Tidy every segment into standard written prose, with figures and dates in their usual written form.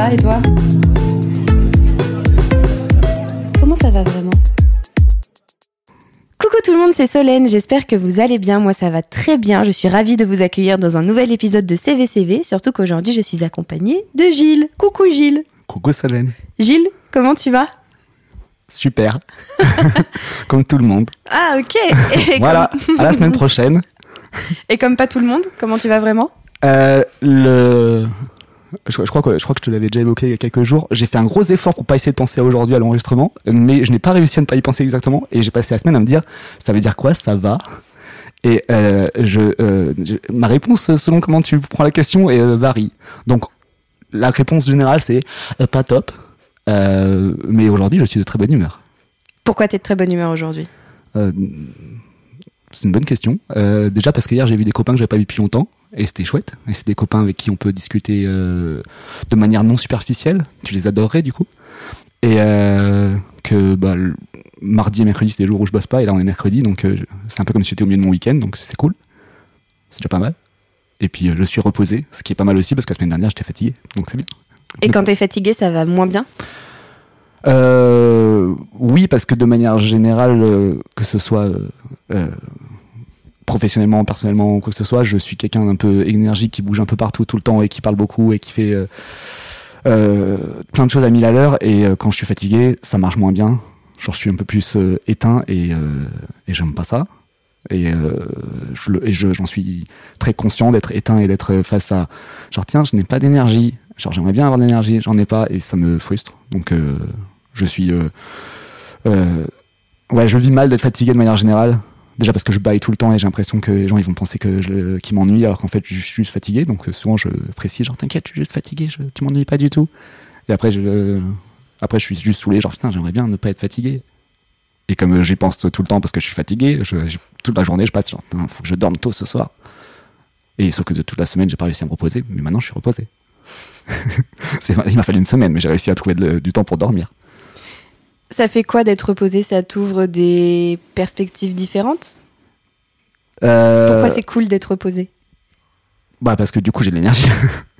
va et toi ? Comment ça va vraiment ? Coucou tout le monde, c'est Solène, j'espère que vous allez bien, moi ça va très bien, je suis ravie de vous accueillir dans un nouvel épisode de CVCV, surtout qu'aujourd'hui je suis accompagnée de Gilles. Coucou Gilles. Coucou Solène. Gilles, comment tu vas ? Super. Comme tout le monde. Ah ok. Et voilà, à la semaine prochaine. Et comme pas tout le monde, comment tu vas vraiment ? Je crois que je te l'avais déjà évoqué il y a quelques jours. J'ai fait un gros effort pour pas essayer de penser à aujourd'hui à l'enregistrement, mais je n'ai pas réussi à ne pas y penser exactement. Et j'ai passé la semaine à me dire, ça veut dire quoi, ça va ? Et ma réponse, selon comment tu prends la question, varie. Donc la réponse générale, c'est pas top. Mais aujourd'hui, je suis de très bonne humeur. Pourquoi t'es de très bonne humeur aujourd'hui ? C'est une bonne question. Déjà parce que hier, j'ai vu des copains que j'avais pas vus depuis longtemps. Et c'était chouette. Et c'est des copains avec qui on peut discuter de manière non superficielle. Tu les adorerais du coup. Et mardi et mercredi, c'est des jours où je bosse pas. Et là, on est mercredi. Donc c'est un peu comme si j'étais au milieu de mon week-end. Donc c'est cool. C'est déjà pas mal. Et puis je suis reposé. Ce qui est pas mal aussi parce que la semaine dernière, j'étais fatigué. Donc c'est bien. Et quand t'es fatigué, ça va moins bien ? Oui, parce que de manière générale, que ce soit professionnellement, personnellement, quoi que ce soit, je suis quelqu'un d'un peu énergique qui bouge un peu partout tout le temps et qui parle beaucoup et qui fait plein de choses à 1000 à l'heure. Et quand je suis fatigué, ça marche moins bien. Genre, je suis un peu plus éteint et j'aime pas ça. Et j'en suis très conscient d'être éteint et d'être face à genre tiens, je n'ai pas d'énergie. Genre j'aimerais bien avoir de l'énergie, j'en ai pas et ça me frustre. Donc je suis je vis mal d'être fatigué de manière générale. Déjà parce que je baille tout le temps et j'ai l'impression que les gens ils vont penser qu'ils m'ennuient alors qu'en fait je suis juste fatigué. Donc souvent je précise genre t'inquiète, je suis juste fatigué, tu m'ennuies pas du tout. Et après je suis juste saoulé genre putain, j'aimerais bien ne pas être fatigué. Et comme j'y pense tout le temps parce que je suis fatigué, toute la journée je passe genre faut que je dorme tôt ce soir. Et sauf que de toute la semaine j'ai pas réussi à me reposer, mais maintenant je suis reposé. Il m'a fallu une semaine, mais j'ai réussi à trouver du temps pour dormir. Ça fait quoi d'être reposé ? Ça t'ouvre des perspectives différentes ? Pourquoi c'est cool d'être reposé ? Parce que du coup j'ai de l'énergie.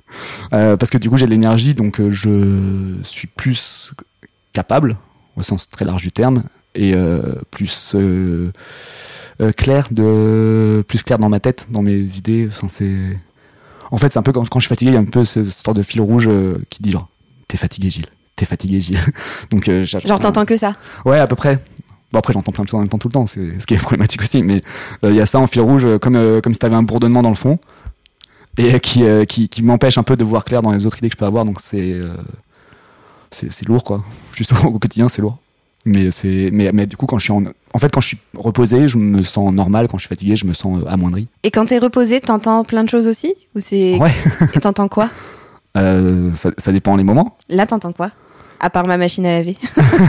Donc je suis plus capable, au sens très large du terme, et plus clair dans ma tête, dans mes idées. Enfin, en fait, c'est un peu quand je suis fatigué, il y a un peu ce sorte de fil rouge qui dit genre t'es fatigué Gilles. Donc genre t'entends que ça ? Ouais, à peu près. Bon, après j'entends plein de choses en même temps tout le temps, c'est ce qui est problématique aussi, mais il y a ça en fil rouge comme si t'avais un bourdonnement dans le fond et qui m'empêche un peu de voir clair dans les autres idées que je peux avoir. Donc c'est lourd quoi. Juste au quotidien, c'est lourd. Mais du coup quand je suis reposé, je me sens normal. Quand je suis fatigué, je me sens amoindri. Et quand t'es reposé, t'entends plein de choses aussi ? Ou c'est... Ouais. Et t'entends quoi ? Ça dépend les moments. Là, t'entends quoi ? À part ma machine à laver.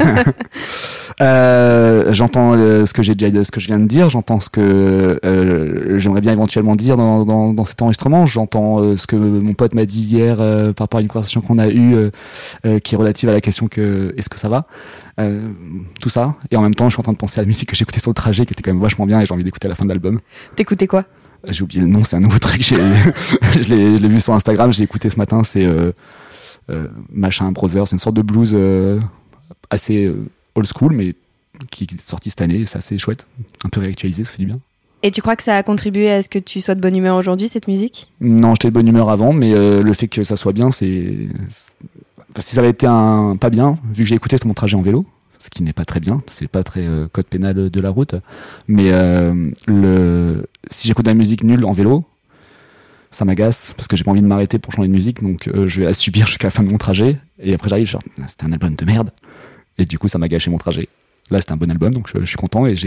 J'entends ce que je viens de dire. J'entends ce que j'aimerais bien éventuellement dire dans cet enregistrement. J'entends ce que mon pote m'a dit hier par rapport à une conversation qu'on a eue qui est relative à la question que est-ce que ça va, tout ça. Et en même temps, je suis en train de penser à la musique que j'ai écoutée sur le trajet, qui était quand même vachement bien, et j'ai envie d'écouter à la fin de l'album. T'écoutais quoi ? J'ai oublié le nom, c'est un nouveau truc. Je l'ai vu sur Instagram, je l'ai écouté ce matin. C'est Machin Brothers, c'est une sorte de blues assez old school, mais qui est sorti cette année. C'est assez chouette, un peu réactualisé, ça fait du bien. Et tu crois que ça a contribué à ce que tu sois de bonne humeur aujourd'hui, cette musique ? Non, j'étais de bonne humeur avant, mais le fait que ça soit bien, si ça avait été pas bien, vu que j'ai écouté sur mon trajet en vélo, ce qui n'est pas très bien, c'est pas très code pénal de la route, mais si j'écoute de la musique nulle en vélo, ça m'agace parce que j'ai pas envie de m'arrêter pour changer de musique, donc je vais la subir jusqu'à la fin de mon trajet, et après j'arrive genre c'était un album de merde, et du coup ça m'a gâché mon trajet. Là c'était un bon album, donc je suis content, et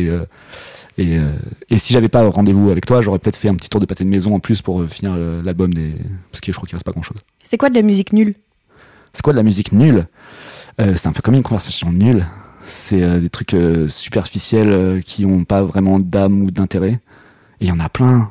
si j'avais pas rendez-vous avec toi, j'aurais peut-être fait un petit tour de pâté de maison en plus pour finir l'album parce que je crois qu'il reste pas grand chose. C'est quoi de la musique nulle ? C'est quoi de la musique nulle ? C'est un peu comme une conversation nulle. C'est des trucs superficiels qui ont pas vraiment d'âme ou d'intérêt. Et il y en a plein.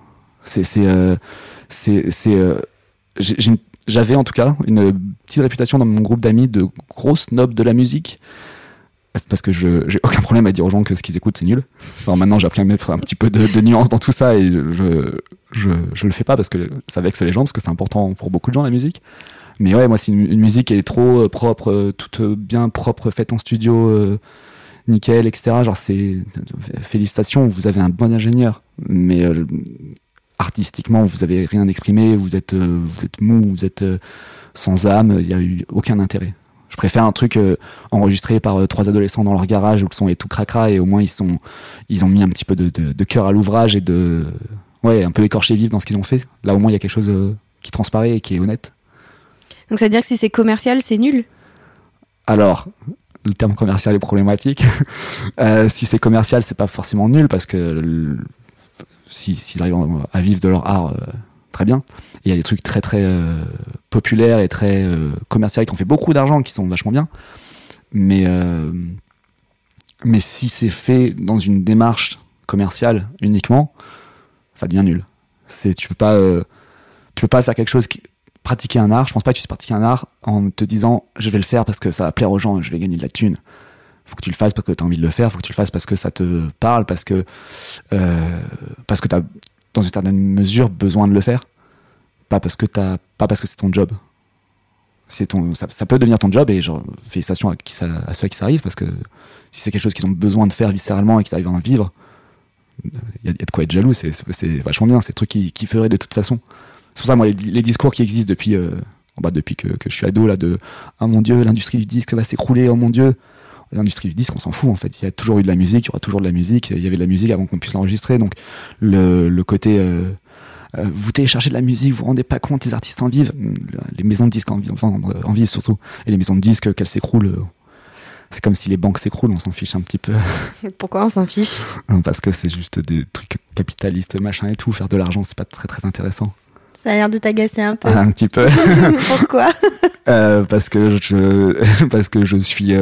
J'avais en tout cas une petite réputation dans mon groupe d'amis de gros snob de la musique. Parce que j'ai aucun problème à dire aux gens que ce qu'ils écoutent c'est nul. Alors maintenant j'ai appris à mettre un petit peu de nuance dans tout ça, et je le fais pas parce que ça vexe les gens, parce que c'est important pour beaucoup de gens la musique. Mais ouais, moi, si une musique elle est trop propre, toute bien propre, faite en studio, nickel, etc. Genre, félicitations, vous avez un bon ingénieur. Mais artistiquement, vous avez rien exprimé, vous êtes mou, vous êtes sans âme, il y a eu aucun intérêt. Je préfère un truc enregistré par 3 adolescents dans leur garage où le son est tout cracra et au moins ils ont mis un petit peu de cœur à l'ouvrage et un peu écorché vif dans ce qu'ils ont fait. Là, au moins, il y a quelque chose qui transparaît et qui est honnête. Donc ça veut dire que si c'est commercial, c'est nul? Alors, le terme commercial est problématique. Si c'est commercial, c'est pas forcément nul parce que s'ils arrivent à vivre de leur art, très bien. Il y a des trucs très très populaires et très commerciaux qui ont fait beaucoup d'argent, qui sont vachement bien. Mais si c'est fait dans une démarche commerciale uniquement, ça devient nul. Tu peux pas faire quelque chose pratiquer un art. Je pense pas que tu pratiques un art en te disant je vais le faire parce que ça va plaire aux gens et je vais gagner de la thune. Faut que tu le fasses parce que tu as envie de le faire, faut que tu le fasses parce que ça te parle, parce que tu as dans une certaine mesure besoin de le faire, pas parce que c'est ton job. Ça peut devenir ton job et genre félicitations à ceux qui ça arrive, parce que si c'est quelque chose qu'ils ont besoin de faire viscéralement et qu'ils arrivent à en vivre, il y a de quoi être jaloux. C'est vachement bien, c'est le truc qui ferait de toute façon. C'est pour ça, moi, les discours qui existent depuis que je suis ado, là, de « Oh mon Dieu, l'industrie du disque va s'écrouler, oh mon Dieu !» L'industrie du disque, on s'en fout, en fait. Il y a toujours eu de la musique, il y aura toujours de la musique. Il y avait de la musique avant qu'on puisse l'enregistrer. Donc, le côté... vous téléchargez de la musique, vous vous rendez pas compte, les artistes en vivent. Les maisons de disques en vivent surtout. Et les maisons de disques, qu'elles s'écroulent... c'est comme si les banques s'écroulent, on s'en fiche un petit peu. Pourquoi on s'en fiche? Parce que c'est juste des trucs capitalistes, machin et tout. Faire de l'argent, c'est pas très très intéressant. Ça a l'air de t'agacer un peu. Un petit peu. Pourquoi? Parce que je suis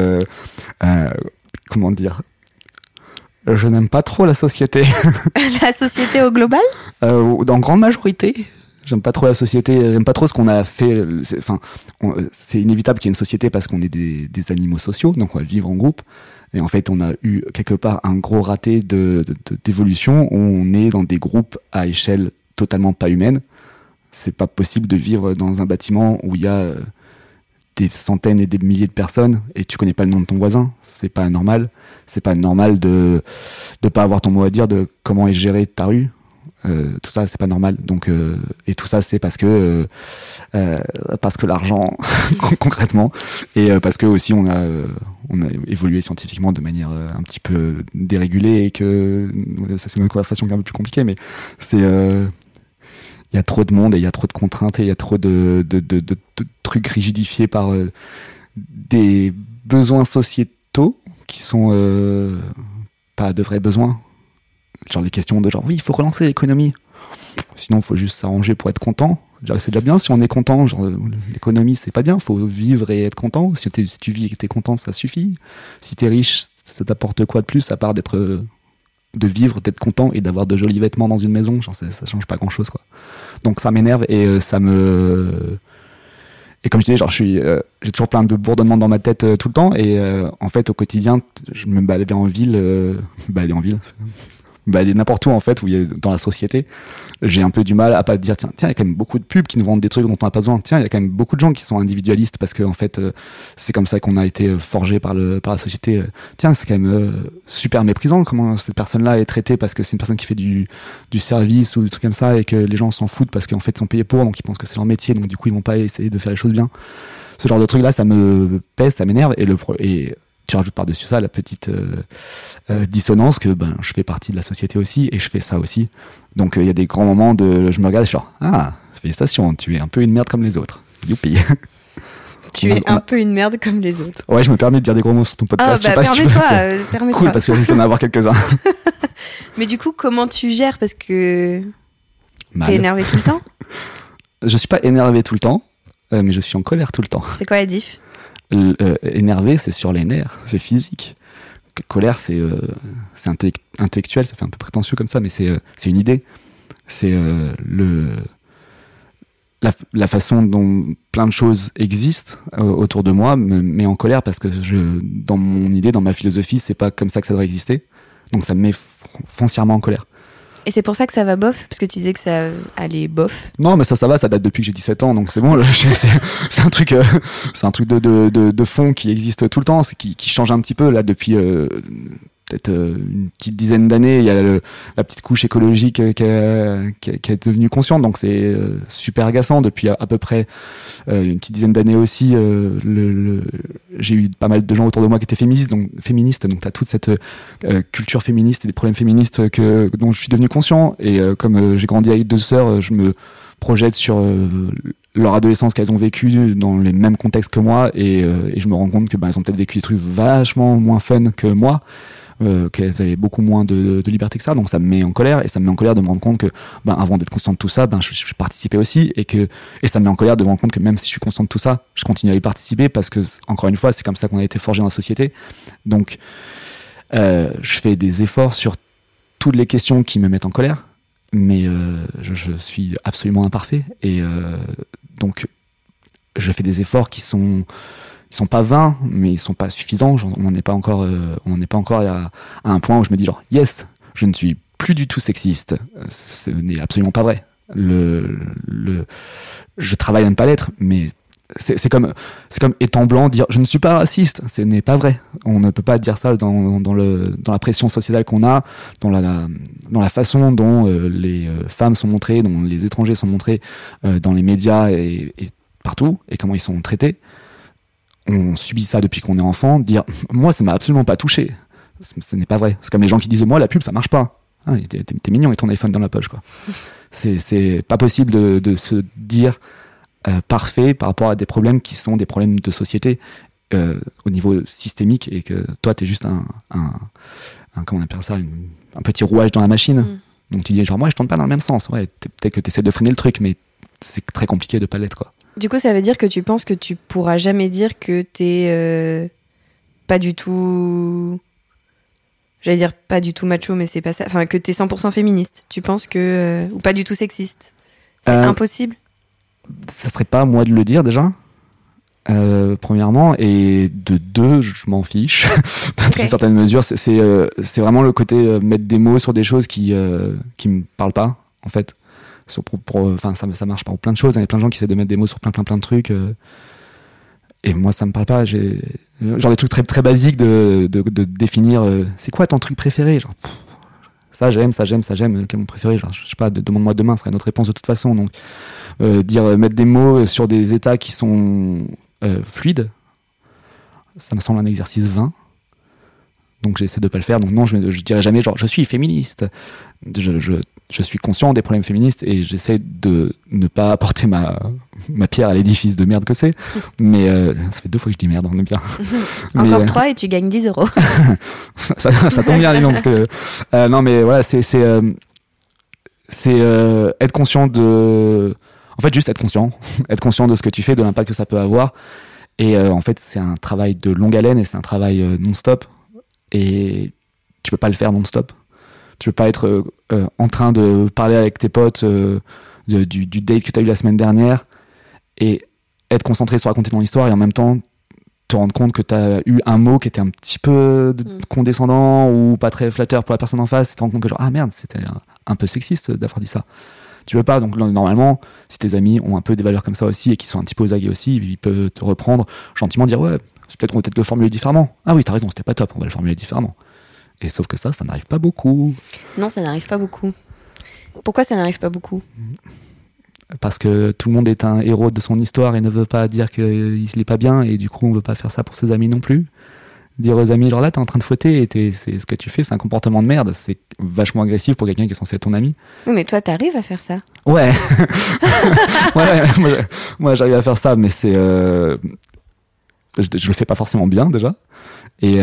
comment dire, je n'aime pas trop la société. La société au global? Dans grande majorité, j'aime pas trop la société. J'aime pas trop ce qu'on a fait. C'est inévitable qu'il y ait une société parce qu'on est des animaux sociaux, donc on va vivre en groupe. Et en fait, on a eu quelque part un gros raté d'évolution où on est dans des groupes à échelle totalement pas humaine. C'est pas possible de vivre dans un bâtiment où il y a des centaines et des milliers de personnes et tu connais pas le nom de ton voisin. C'est pas normal. C'est pas normal de pas avoir ton mot à dire de comment est gérée ta rue. Tout ça, c'est pas normal. Donc, et tout ça, c'est parce que l'argent, concrètement, et parce que aussi on a évolué scientifiquement de manière un petit peu dérégulée et que ça, c'est une conversation qui est un peu plus compliquée, mais c'est il y a trop de monde et il y a trop de contraintes et il y a trop de trucs rigidifiés par des besoins sociétaux qui sont pas de vrais besoins. Genre les questions de genre oui, il faut relancer l'économie. Sinon, il faut juste s'arranger pour être content. Genre, c'est déjà bien si on est content. Genre, l'économie, c'est pas bien. Il faut vivre et être content. Si tu vis et que t'es content, ça suffit. Si t'es riche, ça t'apporte quoi de plus à part de vivre, d'être content et d'avoir de jolis vêtements dans une maison. Genre, ça change pas grand chose, quoi. Donc ça m'énerve et et comme je disais, genre j'ai toujours plein de bourdonnements dans ma tête tout le temps et en fait au quotidien je me baladais en ville, n'importe où en fait où il y a dans la société, j'ai un peu du mal à pas dire tiens il y a quand même beaucoup de pubs qui nous vendent des trucs dont on n'a pas besoin, tiens il y a quand même beaucoup de gens qui sont individualistes parce que en fait c'est comme ça qu'on a été forgé par la société, tiens c'est quand même super méprisant comment cette personne là est traitée parce que c'est une personne qui fait du service ou des trucs comme ça et que les gens s'en foutent parce qu'en fait ils sont payés pour, donc ils pensent que c'est leur métier, donc du coup ils vont pas essayer de faire les choses bien. Ce genre de truc là ça me pèse, ça m'énerve et tu rajoutes par-dessus ça la petite dissonance que je fais partie de la société aussi et je fais ça aussi. Donc il y a des grands moments je me regarde et je suis genre ah félicitations, tu es un peu une merde comme les autres. Youpi. Tu es un peu une merde comme les autres. Ouais, je me permets de dire des gros mots sur ton podcast. Permets-toi. Cool, parce que je risque d'en avoir quelques-uns. Mais du coup, comment tu gères? Parce que Mal. T'es énervé tout le temps? Je suis pas énervé tout le temps, mais je suis en colère tout le temps. C'est quoi la diff? Énervé, c'est sur les nerfs, c'est physique. Colère, c'est intellectuel, ça fait un peu prétentieux comme ça, mais c'est une idée. C'est la façon dont plein de choses existent autour de moi me met en colère parce que dans mon idée, dans ma philosophie, c'est pas comme ça que ça devrait exister. Donc ça me met foncièrement en colère. Et c'est pour ça que ça va bof, parce que tu disais que ça allait bof. Non, mais ça va, ça date depuis que j'ai 17 ans, donc c'est bon. C'est un truc, de fond qui existe tout le temps, qui change un petit peu là depuis peut-être une petite dizaine d'années. Il y a la petite couche écologique qui est devenue consciente, donc c'est super agaçant. Depuis à peu près une petite dizaine d'années aussi, j'ai eu pas mal de gens autour de moi qui étaient féministes, donc t'as toute cette culture féministe et des problèmes féministes dont je suis devenu conscient. Et comme j'ai grandi avec 2 sœurs, je me projette sur leur adolescence qu'elles ont vécu dans les mêmes contextes que moi, et je me rends compte que elles ont peut-être vécu des trucs vachement moins fun que moi. Qu'elles avaient beaucoup moins de liberté que ça, donc ça me met en colère, et ça me met en colère de me rendre compte que avant d'être conscient de tout ça, je participais aussi, et ça me met en colère de me rendre compte que même si je suis conscient de tout ça, je continue à y participer, parce que encore une fois, c'est comme ça qu'on a été forgé dans la société. Donc je fais des efforts sur toutes les questions qui me mettent en colère, mais je suis absolument imparfait, et donc je fais des efforts qui sont pas vains, mais ils sont pas suffisants. On n'en est pas encore à un point où je me dis genre yes, je ne suis plus du tout sexiste. Ce n'est absolument pas vrai. Je travaille à ne pas l'être, mais c'est comme étant blanc dire je ne suis pas raciste. Ce n'est pas vrai. On ne peut pas dire ça dans la pression sociétale qu'on a, dans la façon dont les femmes sont montrées, dont les étrangers sont montrés dans les médias et partout, et comment ils sont traités. On subit ça depuis qu'on est enfant. Dire moi ça m'a absolument pas touché, ce n'est pas vrai. C'est comme les gens qui disent moi la pub ça marche pas. T'es mignon avec ton iPhone dans la poche, quoi. C'est pas possible de se dire parfait par rapport à des problèmes qui sont des problèmes de société au niveau systémique, et que toi t'es juste un comment on appelle ça, un petit rouage dans la machine. Donc tu dis genre moi je tourne pas dans le même sens. Ouais, peut-être que t'essaies de freiner le truc, mais c'est très compliqué de pas l'être, quoi. Du coup, ça veut dire que tu penses que tu pourras jamais dire que t'es pas du tout... J'allais dire pas du tout macho, mais c'est pas ça. Enfin, que t'es 100% féministe. Tu penses que... ou pas du tout sexiste. C'est impossible. Ça serait pas à moi de le dire, déjà. Premièrement. Et de 2, je m'en fiche. Dans une certaine mesure. C'est vraiment le côté mettre des mots sur des choses qui me parlent pas, en fait. Ça marche pour plein de choses. Il y a plein de gens qui essaient de mettre des mots sur plein de trucs. Et moi, ça me parle pas. J'ai genre des trucs très, très basiques de définir c'est quoi ton truc préféré. Genre, ça j'aime. Quel est mon préféré? Genre, je sais pas, demande-moi demain, ce sera une autre réponse de toute façon. Donc, mettre des mots sur des états qui sont fluides, ça me semble un exercice vain. Donc j'essaie de pas le faire. Donc non, je dirais jamais genre je suis féministe. Je suis conscient des problèmes féministes, et j'essaie de ne pas apporter ma pierre à l'édifice de merde que c'est. Mais ça fait 2 fois que je dis merde, on est bien. Encore 3 et tu gagnes 10 €. ça tombe bien, dis donc, parce que non, mais voilà, c'est être conscient de... En fait, juste être conscient de ce que tu fais, de l'impact que ça peut avoir. Et en fait, c'est un travail de longue haleine, et c'est un travail non-stop. Et tu peux pas le faire non-stop. Tu peux pas être en train de parler avec tes potes du date que tu as eu la semaine dernière, et être concentré sur raconter ton histoire, et en même temps te rendre compte que tu as eu un mot qui était un petit peu condescendant ou pas très flatteur pour la personne en face, et te rendre compte que genre, ah merde, c'était un peu sexiste d'avoir dit ça. Tu peux pas. Donc normalement, si tes amis ont un peu des valeurs comme ça aussi, et qui sont un petit peu aux aguets aussi, ils peuvent te reprendre gentiment, dire ouais, peut-être qu'on va peut-être le formuler différemment. Ah oui, t'as raison, c'était pas top, on va le formuler différemment. Et sauf que ça n'arrive pas beaucoup. Non, ça n'arrive pas beaucoup. Pourquoi ça n'arrive pas beaucoup? Parce que tout le monde est un héros de son histoire et ne veut pas dire qu'il n'est pas bien, et du coup on veut pas faire ça pour ses amis non plus. Dire aux amis genre là t'es en train de fauter, et c'est ce que tu fais, c'est un comportement de merde, c'est vachement agressif pour quelqu'un qui est censé être ton ami. Oui, mais toi t'arrives à faire ça. Ouais. moi j'arrive à faire ça, mais c'est je le fais pas forcément bien déjà, et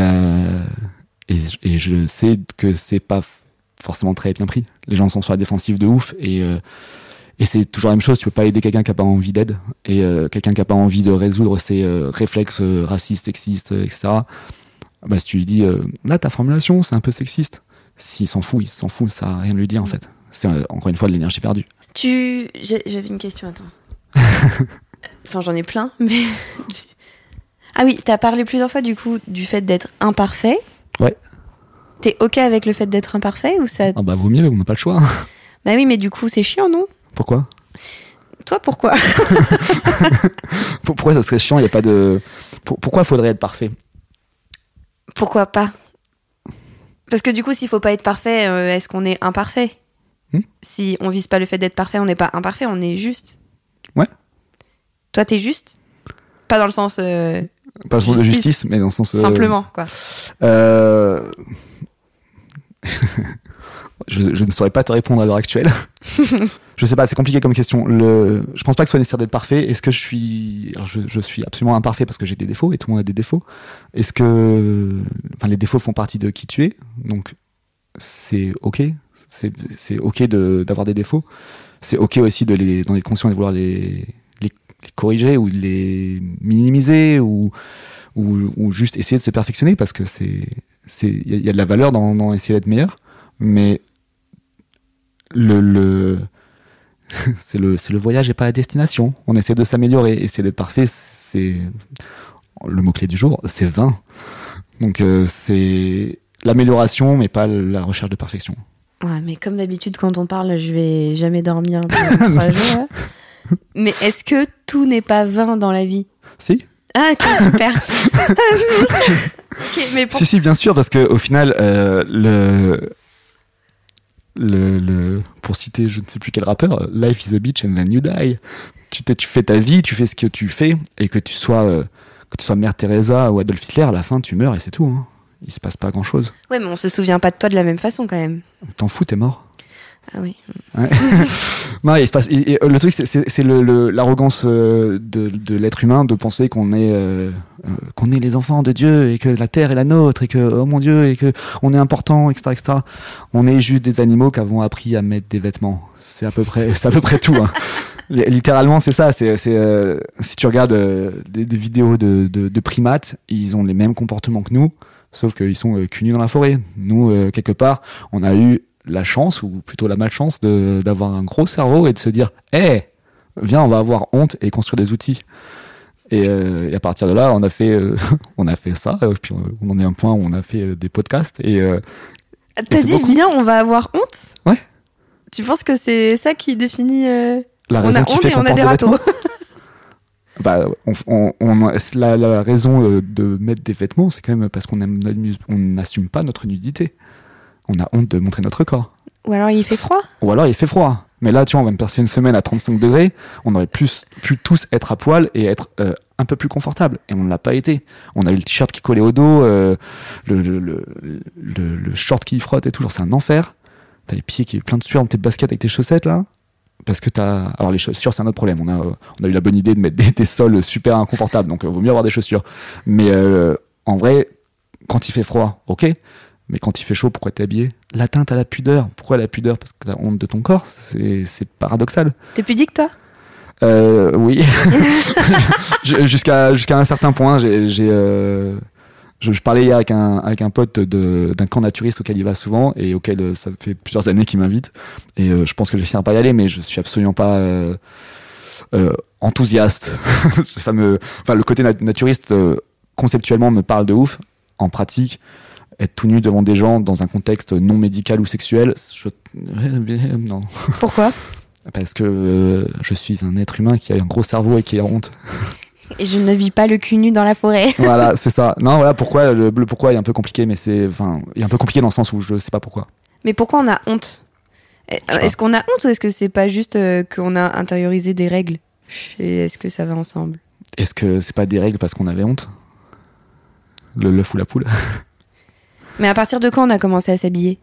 je sais que c'est pas forcément très bien pris. Les gens sont sur la défensive de ouf, et c'est toujours la même chose. Tu peux pas aider quelqu'un qui a pas envie d'aide, et quelqu'un qui a pas envie de résoudre ses réflexes racistes, sexistes, etc. Bah, si tu lui dis là ta formulation c'est un peu sexiste, s'il s'en fout, ça a rien de lui dire en fait. C'est encore une fois de l'énergie perdue. J'avais une question, attends. Enfin j'en ai plein, mais... Ah oui, t'as parlé plusieurs fois du coup du fait d'être imparfait. Ouais. T'es ok avec le fait d'être imparfait ou ça... Ah bah vaut mieux, on n'a pas le choix. Bah oui, mais du coup, c'est chiant, non? Pourquoi? Toi, pourquoi? Pourquoi ça serait chiant? Il y a pas de. Pourquoi il faudrait être parfait? Pourquoi pas? Parce que du coup, s'il faut pas être parfait, est-ce qu'on est imparfait? Si on vise pas le fait d'être parfait, on n'est pas imparfait, on est juste. Ouais. Toi, t'es juste? Pas dans le sens... Pas dans le sens de justice, mais dans le sens... Simplement, quoi. Je ne saurais pas te répondre à l'heure actuelle. Je sais pas, c'est compliqué comme question. Je pense pas que ce soit nécessaire d'être parfait. Est-ce que je suis... Alors je suis absolument imparfait parce que j'ai des défauts et tout le monde a des défauts. Est-ce que... Enfin, les défauts font partie de qui tu es. Donc, c'est ok. C'est ok d'avoir des défauts. C'est ok aussi d'en être conscient et de vouloir les corriger ou de les minimiser ou juste essayer de se perfectionner parce que il y a de la valeur dans essayer d'être meilleur. Mais c'est le voyage et pas la destination. On essaie de s'améliorer. Essayer d'être parfait, c'est le mot-clé du jour, c'est vain. Donc c'est l'amélioration, mais pas la recherche de perfection. Ouais, mais comme d'habitude, quand on parle, je vais jamais dormir pendant 3 jours. Là. Mais est-ce que tout n'est pas vain dans la vie? Si. Ah, ok, super. Okay, mais si, bien sûr, parce que au final, pour citer je ne sais plus quel rappeur, life is a bitch and then you die. Tu fais ta vie, tu fais ce que tu fais, et que tu sois Mère Teresa ou Adolf Hitler, à la fin tu meurs et c'est tout. Hein. Il se passe pas grand chose. Ouais, mais on se souvient pas de toi de la même façon quand même. T'en fous, t'es mort. Ah oui. Ouais. Non, il se passe. Le truc, c'est l'arrogance de l'être humain de penser qu'on est les enfants de Dieu et que la terre est la nôtre et que oh mon Dieu et que on est important, etc., etc. On est juste des animaux qui avons appris à mettre des vêtements. C'est à peu près tout. Hein. Littéralement, c'est ça. Si tu regardes des vidéos de primates, ils ont les mêmes comportements que nous, sauf qu'ils sont cul nus dans la forêt. Nous, quelque part, on a eu la chance, ou plutôt la malchance, d'avoir un gros cerveau et de se dire « Hey, viens, on va avoir honte et construire des outils. » Et à partir de là, on a fait ça, et puis on en est à un point où on a fait des podcasts. T'as dit « Viens, on va avoir honte » ? Ouais. Tu penses que c'est ça qui définit... La on raison a qui honte fait et qu'on on a des porte râteaux. Bah, la raison de mettre des vêtements, c'est quand même parce qu'on n'assume pas notre nudité. On a honte de montrer notre corps. Ou alors il fait froid. Ou alors il fait froid. Mais là, tu vois, on va me passer une semaine à 35 degrés. On aurait pu tous être à poil et être un peu plus confortable. Et on ne l'a pas été. On a eu le t-shirt qui collait au dos, le short qui frotte et tout. Genre, c'est un enfer. T'as les pieds qui est plein de sueur dans tes baskets avec tes chaussettes, là. Parce que alors les chaussures, c'est un autre problème. On a eu la bonne idée de mettre des sols super inconfortables. Donc, vaut mieux avoir des chaussures. Mais en vrai, quand il fait froid, ok. Mais quand il fait chaud, pourquoi t'es habillé? L'atteinte à la pudeur. Pourquoi la pudeur? Parce que t'as honte de ton corps. C'est paradoxal. T'es pudique, toi? Oui. Jusqu'à un certain point, je parlais hier avec un pote d'un camp naturiste auquel il va souvent et auquel ça fait plusieurs années qu'il m'invite. Et je pense que j'essaierai pas y aller, mais je suis absolument pas enthousiaste. Le côté naturiste conceptuellement me parle de ouf. En pratique, être tout nu devant des gens dans un contexte non médical ou sexuel, non. Pourquoi? Parce que je suis un être humain qui a un gros cerveau et qui a honte. Et je ne vis pas le cul nu dans la forêt. Voilà, c'est ça. Non, voilà pourquoi le pourquoi est un peu compliqué, mais il est un peu compliqué dans le sens où je sais pas pourquoi. Mais pourquoi on a honte? Est-ce qu'on a honte ou est-ce que c'est pas juste qu'on a intériorisé des règles? Et est-ce que ça va ensemble? Est-ce que c'est pas des règles parce qu'on avait honte? L'œuf ou la poule? Mais à partir de quand on a commencé à s'habiller?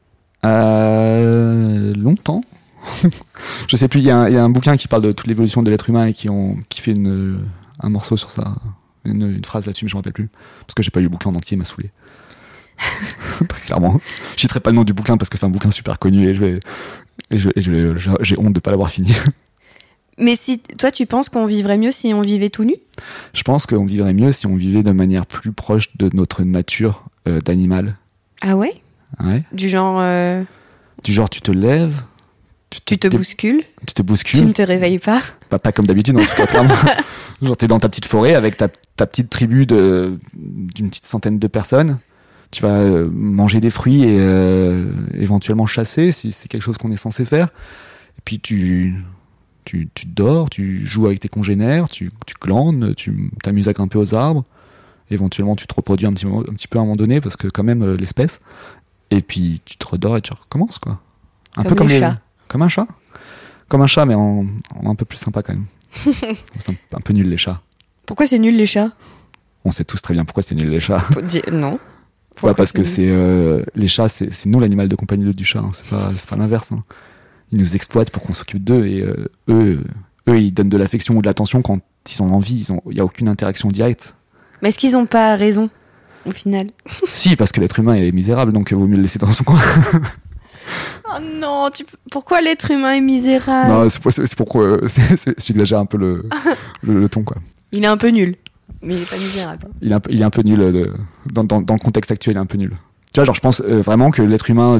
Longtemps. Je sais plus, il y a un bouquin qui parle de toute l'évolution de l'être humain et qui fait un morceau sur ça, une phrase là-dessus, mais je me rappelle plus. Parce que j'ai pas lu le bouquin en entier, il m'a saoulé. Très clairement. Je citerai pas le nom du bouquin parce que c'est un bouquin super connu et j'ai honte de pas l'avoir fini. Mais si toi tu penses qu'on vivrait mieux si on vivait tout nu? Je pense qu'on vivrait mieux si on vivait de manière plus proche de notre nature d'animal. Ah ouais? Ouais. Du genre tu te lèves, tu te bouscules. Tu te bouscules. Tu ne te réveilles pas. Pas comme d'habitude, en tout cas, clairement. Genre, t'es dans ta petite forêt avec ta petite tribu d'une petite centaine de personnes. Tu vas manger des fruits et éventuellement chasser si c'est quelque chose qu'on est censé faire. Et puis tu dors, tu joues avec tes congénères, tu glandes, tu t'amuses à grimper aux arbres. Éventuellement, tu te reproduis un petit peu à un moment donné parce que quand même l'espèce. Et puis tu te redors et tu recommences quoi. Comme les chats. Comme un chat. Comme un chat, mais en un peu plus sympa quand même. C'est un peu nul les chats. Pourquoi c'est nul les chats? On sait tous très bien pourquoi c'est nul les chats. Non. Ouais, parce que les chats, c'est nous l'animal de compagnie du chat. Hein. C'est pas l'inverse. Hein. Ils nous exploitent pour qu'on s'occupe d'eux et eux, ils donnent de l'affection ou de l'attention quand ils ont envie. Il y a aucune interaction directe. Mais est-ce qu'ils ont pas raison au final? Si, parce que l'être humain est misérable, donc il vaut mieux le laisser dans son coin. Oh non, pourquoi l'être humain est misérable? Non, c'est pourquoi j'exagère un peu le ton quoi. Il est un peu nul. Mais il est pas misérable. Il est un peu nul dans le contexte actuel, il est un peu nul. Tu vois, genre je pense vraiment que l'être humain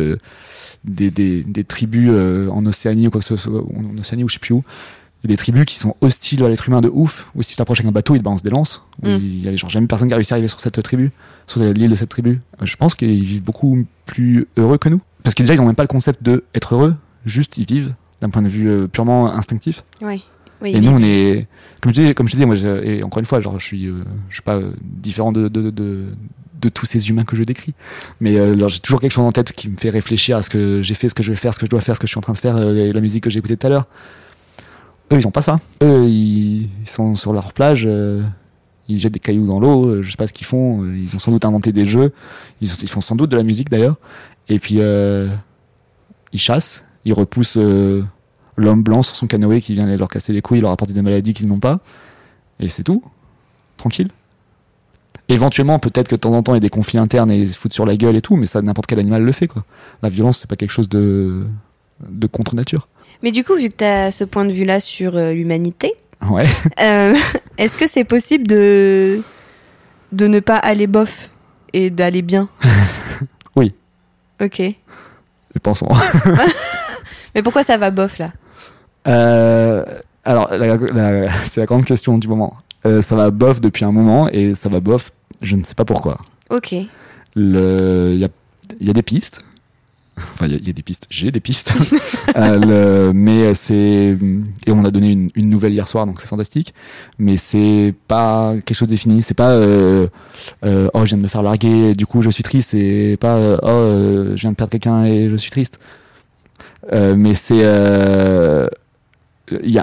des tribus en Océanie ou quoi que ce soit, en Océanie ou je sais plus où, il y a des tribus qui sont hostiles à l'être humain de ouf. Où si tu t'approches avec un bateau, ils te balancent des lances. Il y a genre jamais personne qui a réussi à arriver sur cette tribu, sur l'île de cette tribu. Je pense qu'ils vivent beaucoup plus heureux que nous. Parce que déjà ils ont même pas le concept de être heureux, juste ils vivent d'un point de vue purement instinctif. Oui, et nous on est comme je dis moi et encore une fois genre je suis pas différent de tous ces humains que je décris, mais alors, j'ai toujours quelque chose en tête qui me fait réfléchir à ce que j'ai fait, ce que je vais faire, ce que je dois faire, ce que je suis en train de faire, la musique que j'ai écoutée tout à l'heure. Eux ils ont pas ça. Eux ils sont sur leur plage, ils jettent des cailloux dans l'eau, je sais pas ce qu'ils font, ils ont sans doute inventé des jeux, ils font sans doute de la musique d'ailleurs, et puis ils chassent, ils repoussent l'homme blanc sur son canoë qui vient leur casser les couilles, leur apporter des maladies qu'ils n'ont pas, et c'est tout, tranquille. Éventuellement, peut-être que de temps en temps, il y a des conflits internes et ils se foutent sur la gueule et tout, mais ça, n'importe quel animal le fait, quoi. La violence, c'est pas quelque chose de contre-nature. Mais du coup, vu que tu as ce point de vue-là sur l'humanité, ouais. Est-ce que c'est possible de ne pas aller bof et d'aller bien? Oui. Ok. Je pense. Mais pourquoi ça va bof, là? Alors, c'est la grande question du moment. Ça va bof depuis un moment et ça va bof, je ne sais pas pourquoi. Ok. Il y a des pistes. Enfin, il y a des pistes. J'ai des pistes. Mais c'est... Et on a donné une nouvelle hier soir, donc c'est fantastique. Mais c'est pas quelque chose de défini. C'est pas oh, je viens de me faire larguer, du coup je suis triste. C'est pas je viens de perdre quelqu'un et je suis triste. Mais c'est... Il y a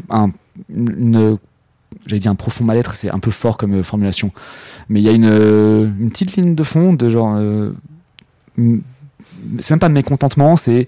j'allais dire un profond mal-être, c'est un peu fort comme formulation. Mais il y a une petite ligne de fond de genre... c'est même pas de mécontentement, c'est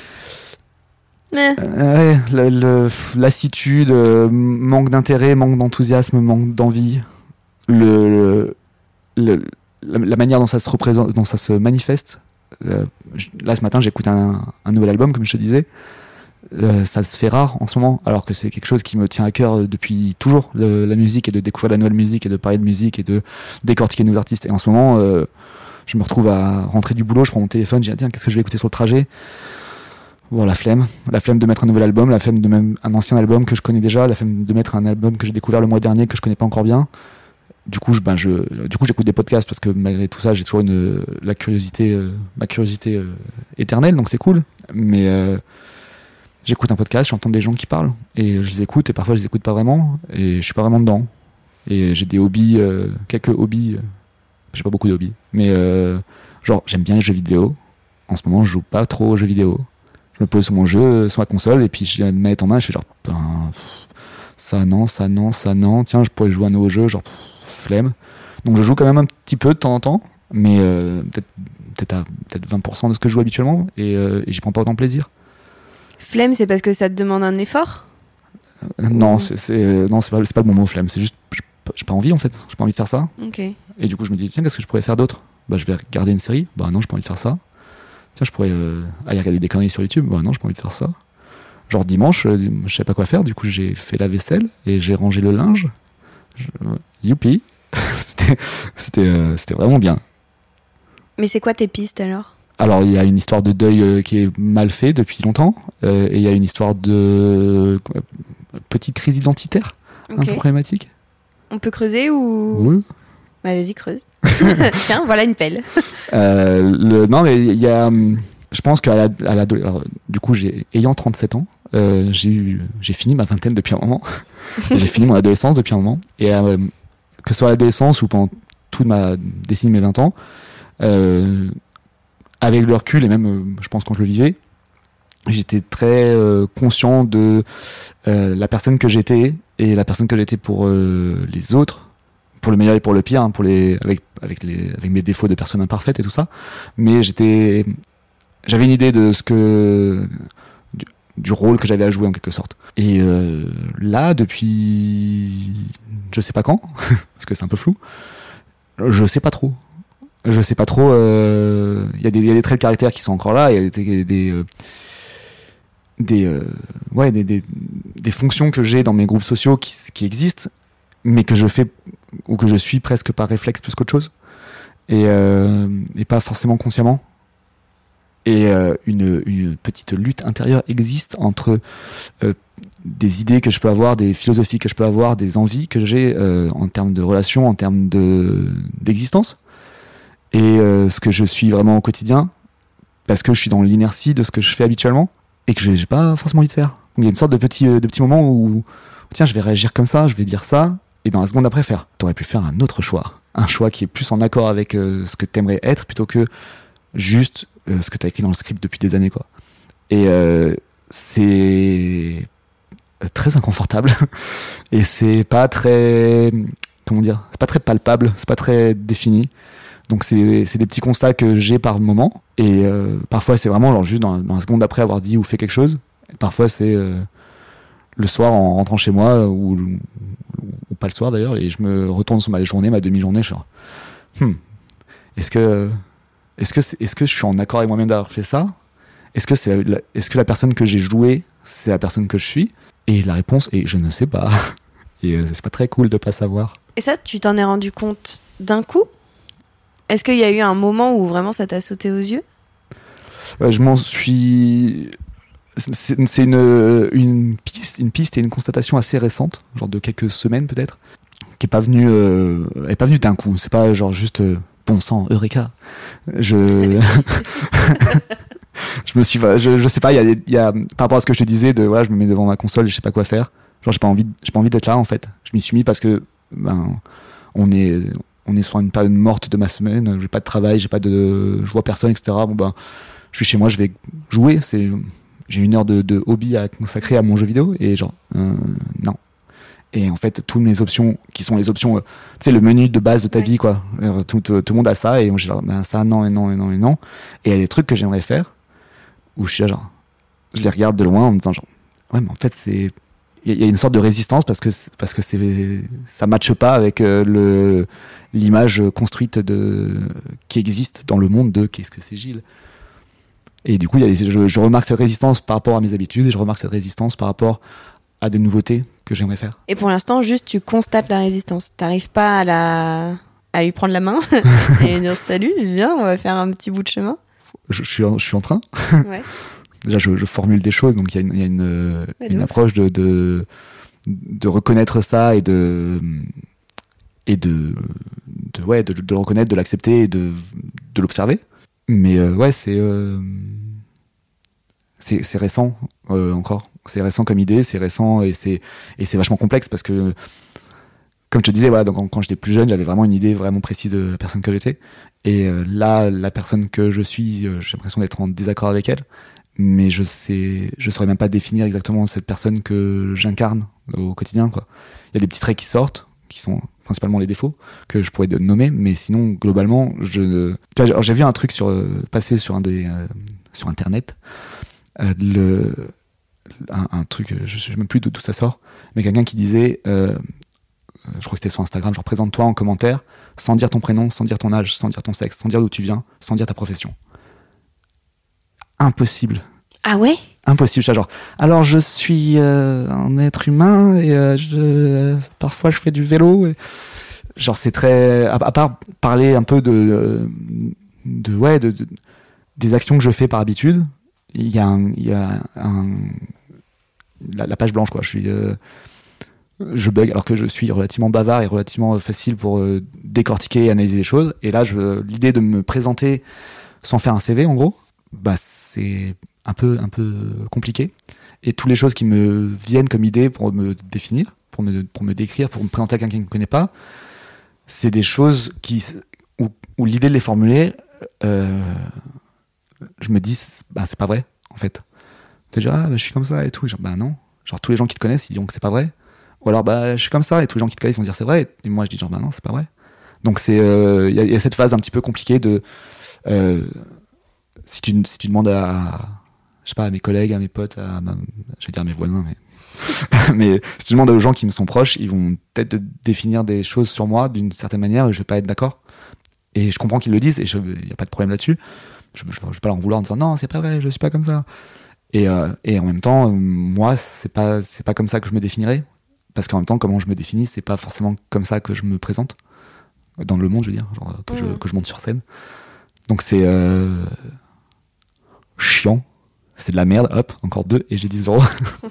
lassitude, manque d'intérêt, manque d'enthousiasme, manque d'envie, la manière dont ça se représente, dont ça se manifeste. Là ce matin j'écoute un nouvel album comme je te disais, ça se fait rare en ce moment, alors que c'est quelque chose qui me tient à cœur depuis toujours, la musique, et de découvrir la nouvelle musique et de parler de musique et de décortiquer nos artistes. Et en ce moment je me retrouve à rentrer du boulot, je prends mon téléphone, je dis tiens, qu'est-ce que je vais écouter sur le trajet? Bon, la flemme de mettre un nouvel album, la flemme de même un ancien album que je connais déjà, la flemme de mettre un album que j'ai découvert le mois dernier que je connais pas encore bien. Du coup, j'écoute des podcasts parce que malgré tout ça, j'ai toujours ma curiosité éternelle, donc c'est cool. Mais j'écoute un podcast, j'entends des gens qui parlent et je les écoute et parfois je les écoute pas vraiment et je suis pas vraiment dedans. Et j'ai des hobbies, quelques hobbies. J'ai pas beaucoup de hobbies, mais genre j'aime bien les jeux vidéo. En ce moment, je joue pas trop aux jeux vidéo. Je me pose sur mon jeu, sur ma console, et puis je la mets en main, je fais genre ça non. Tiens, je pourrais jouer à un nouveau jeu, genre flemme. Donc je joue quand même un petit peu de temps en temps, mais peut-être 20% de ce que je joue habituellement, et j'y prends pas autant de plaisir. Flemme, c'est parce que ça te demande un effort? Non, c'est pas le bon mot, flemme. C'est juste j'ai pas envie en fait. J'ai pas envie de faire ça. Ok. Et du coup, je me dis tiens, qu'est-ce que je pourrais faire d'autre? Bah, je vais regarder une série. Bah non, j'ai pas envie de faire ça. Tiens, je pourrais aller regarder des conneries sur YouTube. Bah non, j'ai pas envie de faire ça. Genre dimanche, je savais pas quoi faire. Du coup, j'ai fait la vaisselle et j'ai rangé le linge. Youpi. C'était vraiment bien. Mais c'est quoi tes pistes alors? Alors, il y a une histoire de deuil qui est mal fait depuis longtemps. Et il y a une histoire de petite crise identitaire un peu problématique. On peut creuser ou... Oui. Bah, vas-y, creuse. Tiens, voilà une pelle. Non, mais il y a. Je pense qu'à alors, du coup, ayant 37 ans, j'ai fini ma vingtaine depuis un moment. J'ai fini mon adolescence depuis un moment. Et que ce soit à l'adolescence ou pendant toute ma décennie, mes 20 ans, avec le recul et même, je pense, quand je le vivais, j'étais très conscient de la personne que j'étais et la personne que j'étais pour les autres, pour le meilleur et pour le pire, hein, avec mes défauts de personne imparfaite et tout ça. Mais j'avais une idée de du rôle que j'avais à jouer en quelque sorte. Et là, depuis je sais pas quand, parce que c'est un peu flou, je sais pas trop. Je sais pas trop. Il y a des traits de caractère qui sont encore là. Il y a des fonctions que j'ai dans mes groupes sociaux qui existent, mais que je fais ou que je suis presque par réflexe plus qu'autre chose, et pas forcément consciemment. Et une petite lutte intérieure existe entre des idées que je peux avoir, des philosophies que je peux avoir, des envies que j'ai en termes de relations, en termes d'existence, et ce que je suis vraiment au quotidien, parce que je suis dans l'inertie de ce que je fais habituellement et que j'ai pas forcément envie de faire. Donc il y a une sorte de petit moment où tiens, je vais réagir comme ça, je vais dire ça, et dans la seconde après faire. T'aurais pu faire un autre choix, un choix qui est plus en accord avec ce que t'aimerais être, plutôt que juste ce que t'as écrit dans le script depuis des années, quoi. Et c'est très inconfortable et c'est pas très, comment dire, c'est pas très palpable, c'est pas très défini. Donc c'est des petits constats que j'ai par moment, et parfois c'est vraiment genre juste dans la seconde après avoir dit ou fait quelque chose, et parfois c'est le soir en rentrant chez moi, ou pas le soir d'ailleurs, et je me retourne sur ma journée, ma demi-journée, je suis genre, est-ce que je suis en accord avec moi-même d'avoir fait ça? Est-ce que la personne que j'ai jouée, c'est la personne que je suis? Et la réponse est je ne sais pas. Et c'est pas très cool de pas savoir. Et ça, tu t'en es rendu compte d'un coup? Est-ce qu'il y a eu un moment où vraiment ça t'a sauté aux yeux? Je m'en suis... C'est une piste et une constatation assez récente, genre de quelques semaines peut-être, qui est pas venue d'un coup. C'est pas genre juste bon sang, Eureka. Je me suis, je sais pas, il y a par rapport à ce que je te disais de voilà, je me mets devant ma console et je sais pas quoi faire. Genre j'ai pas envie d'être là en fait. Je m'y suis mis parce que on est sur une période morte de ma semaine. J'ai pas de travail, je vois personne, etc. Bon je suis chez moi, je vais jouer. J'ai une heure de hobby à consacrer à mon jeu vidéo, et genre non. Et en fait, toutes mes options, qui sont les options, tu sais, le menu de base de ta vie, quoi. Tout le monde a ça, et moi, j'ai genre, ça, non, et non, et non, et non. Et il y a des trucs que j'aimerais faire, où je suis là, genre, je les regarde de loin en me disant, genre, ouais, mais en fait, il y a une sorte de résistance parce que ça matche pas avec l'image construite qui existe dans le monde de qu'est-ce que c'est Gilles. Et du coup, je remarque cette résistance par rapport à mes habitudes, et je remarque cette résistance par rapport à des nouveautés que j'aimerais faire. Et pour l'instant, juste tu constates la résistance. T'arrives pas à lui prendre la main et lui dire salut, viens, on va faire un petit bout de chemin. Je suis en train. Ouais. Déjà, je formule des choses, donc il y a une approche de reconnaître ça et de le reconnaître, de l'accepter et de l'observer. Mais ouais, c'est récent encore. C'est récent comme idée, c'est récent, et c'est vachement complexe parce que, comme je te disais, voilà, donc quand j'étais plus jeune, j'avais vraiment une idée vraiment précise de la personne que j'étais. Et là, la personne que je suis, j'ai l'impression d'être en désaccord avec elle. Mais je saurais même pas définir exactement cette personne que j'incarne au quotidien, quoi. Il y a des petits traits qui sortent, qui sont principalement les défauts, que je pourrais nommer, mais sinon, globalement, j'ai vu un truc passer sur Internet, un truc, je sais même plus d'où ça sort, mais quelqu'un qui disait, je crois que c'était sur Instagram, genre présente-toi en commentaire, sans dire ton prénom, sans dire ton âge, sans dire ton sexe, sans dire d'où tu viens, sans dire ta profession. Impossible. Ah ouais? Impossible, ça, genre. Alors je suis un être humain et parfois je fais du vélo. Et... Genre c'est très, à part parler un peu des actions que je fais par habitude, il y a la page blanche, quoi. Je suis je bug alors que je suis relativement bavard et relativement facile pour décortiquer et analyser les choses. Et là, l'idée de me présenter sans faire un CV, en gros, bah, c'est un peu compliqué. Et toutes les choses qui me viennent comme idée pour me définir, pour me décrire, pour me présenter à quelqu'un qui ne me connaît pas, c'est des choses où l'idée de les formuler, je me dis, bah, c'est pas vrai, en fait. C'est genre, bah, je suis comme ça et tout. Et genre, bah non. Genre, tous les gens qui te connaissent, ils diront que c'est pas vrai. Ou alors, bah, je suis comme ça, et tous les gens qui te connaissent vont dire c'est vrai. Et moi, je dis genre, bah non, c'est pas vrai. Donc, il y a cette phase un petit peu compliquée de. Si tu demandes je sais pas, à mes collègues, à mes potes, je vais dire à mes voisins, mais si tu demandes aux gens qui me sont proches, ils vont peut-être définir des choses sur moi d'une certaine manière et je vais pas être d'accord. Et je comprends qu'ils le disent et il y a pas de problème là-dessus. Je vais pas leur en vouloir en disant non, c'est pas vrai, je suis pas comme ça. Et en même temps, moi, c'est pas comme ça que je me définirais. Parce qu'en même temps, comment je me définis, c'est pas forcément comme ça que je me présente. Dans le monde, je veux dire, genre, que je monte sur scène. Donc c'est chiant. C'est de la merde. Hop, encore 2 et j'ai 10 €.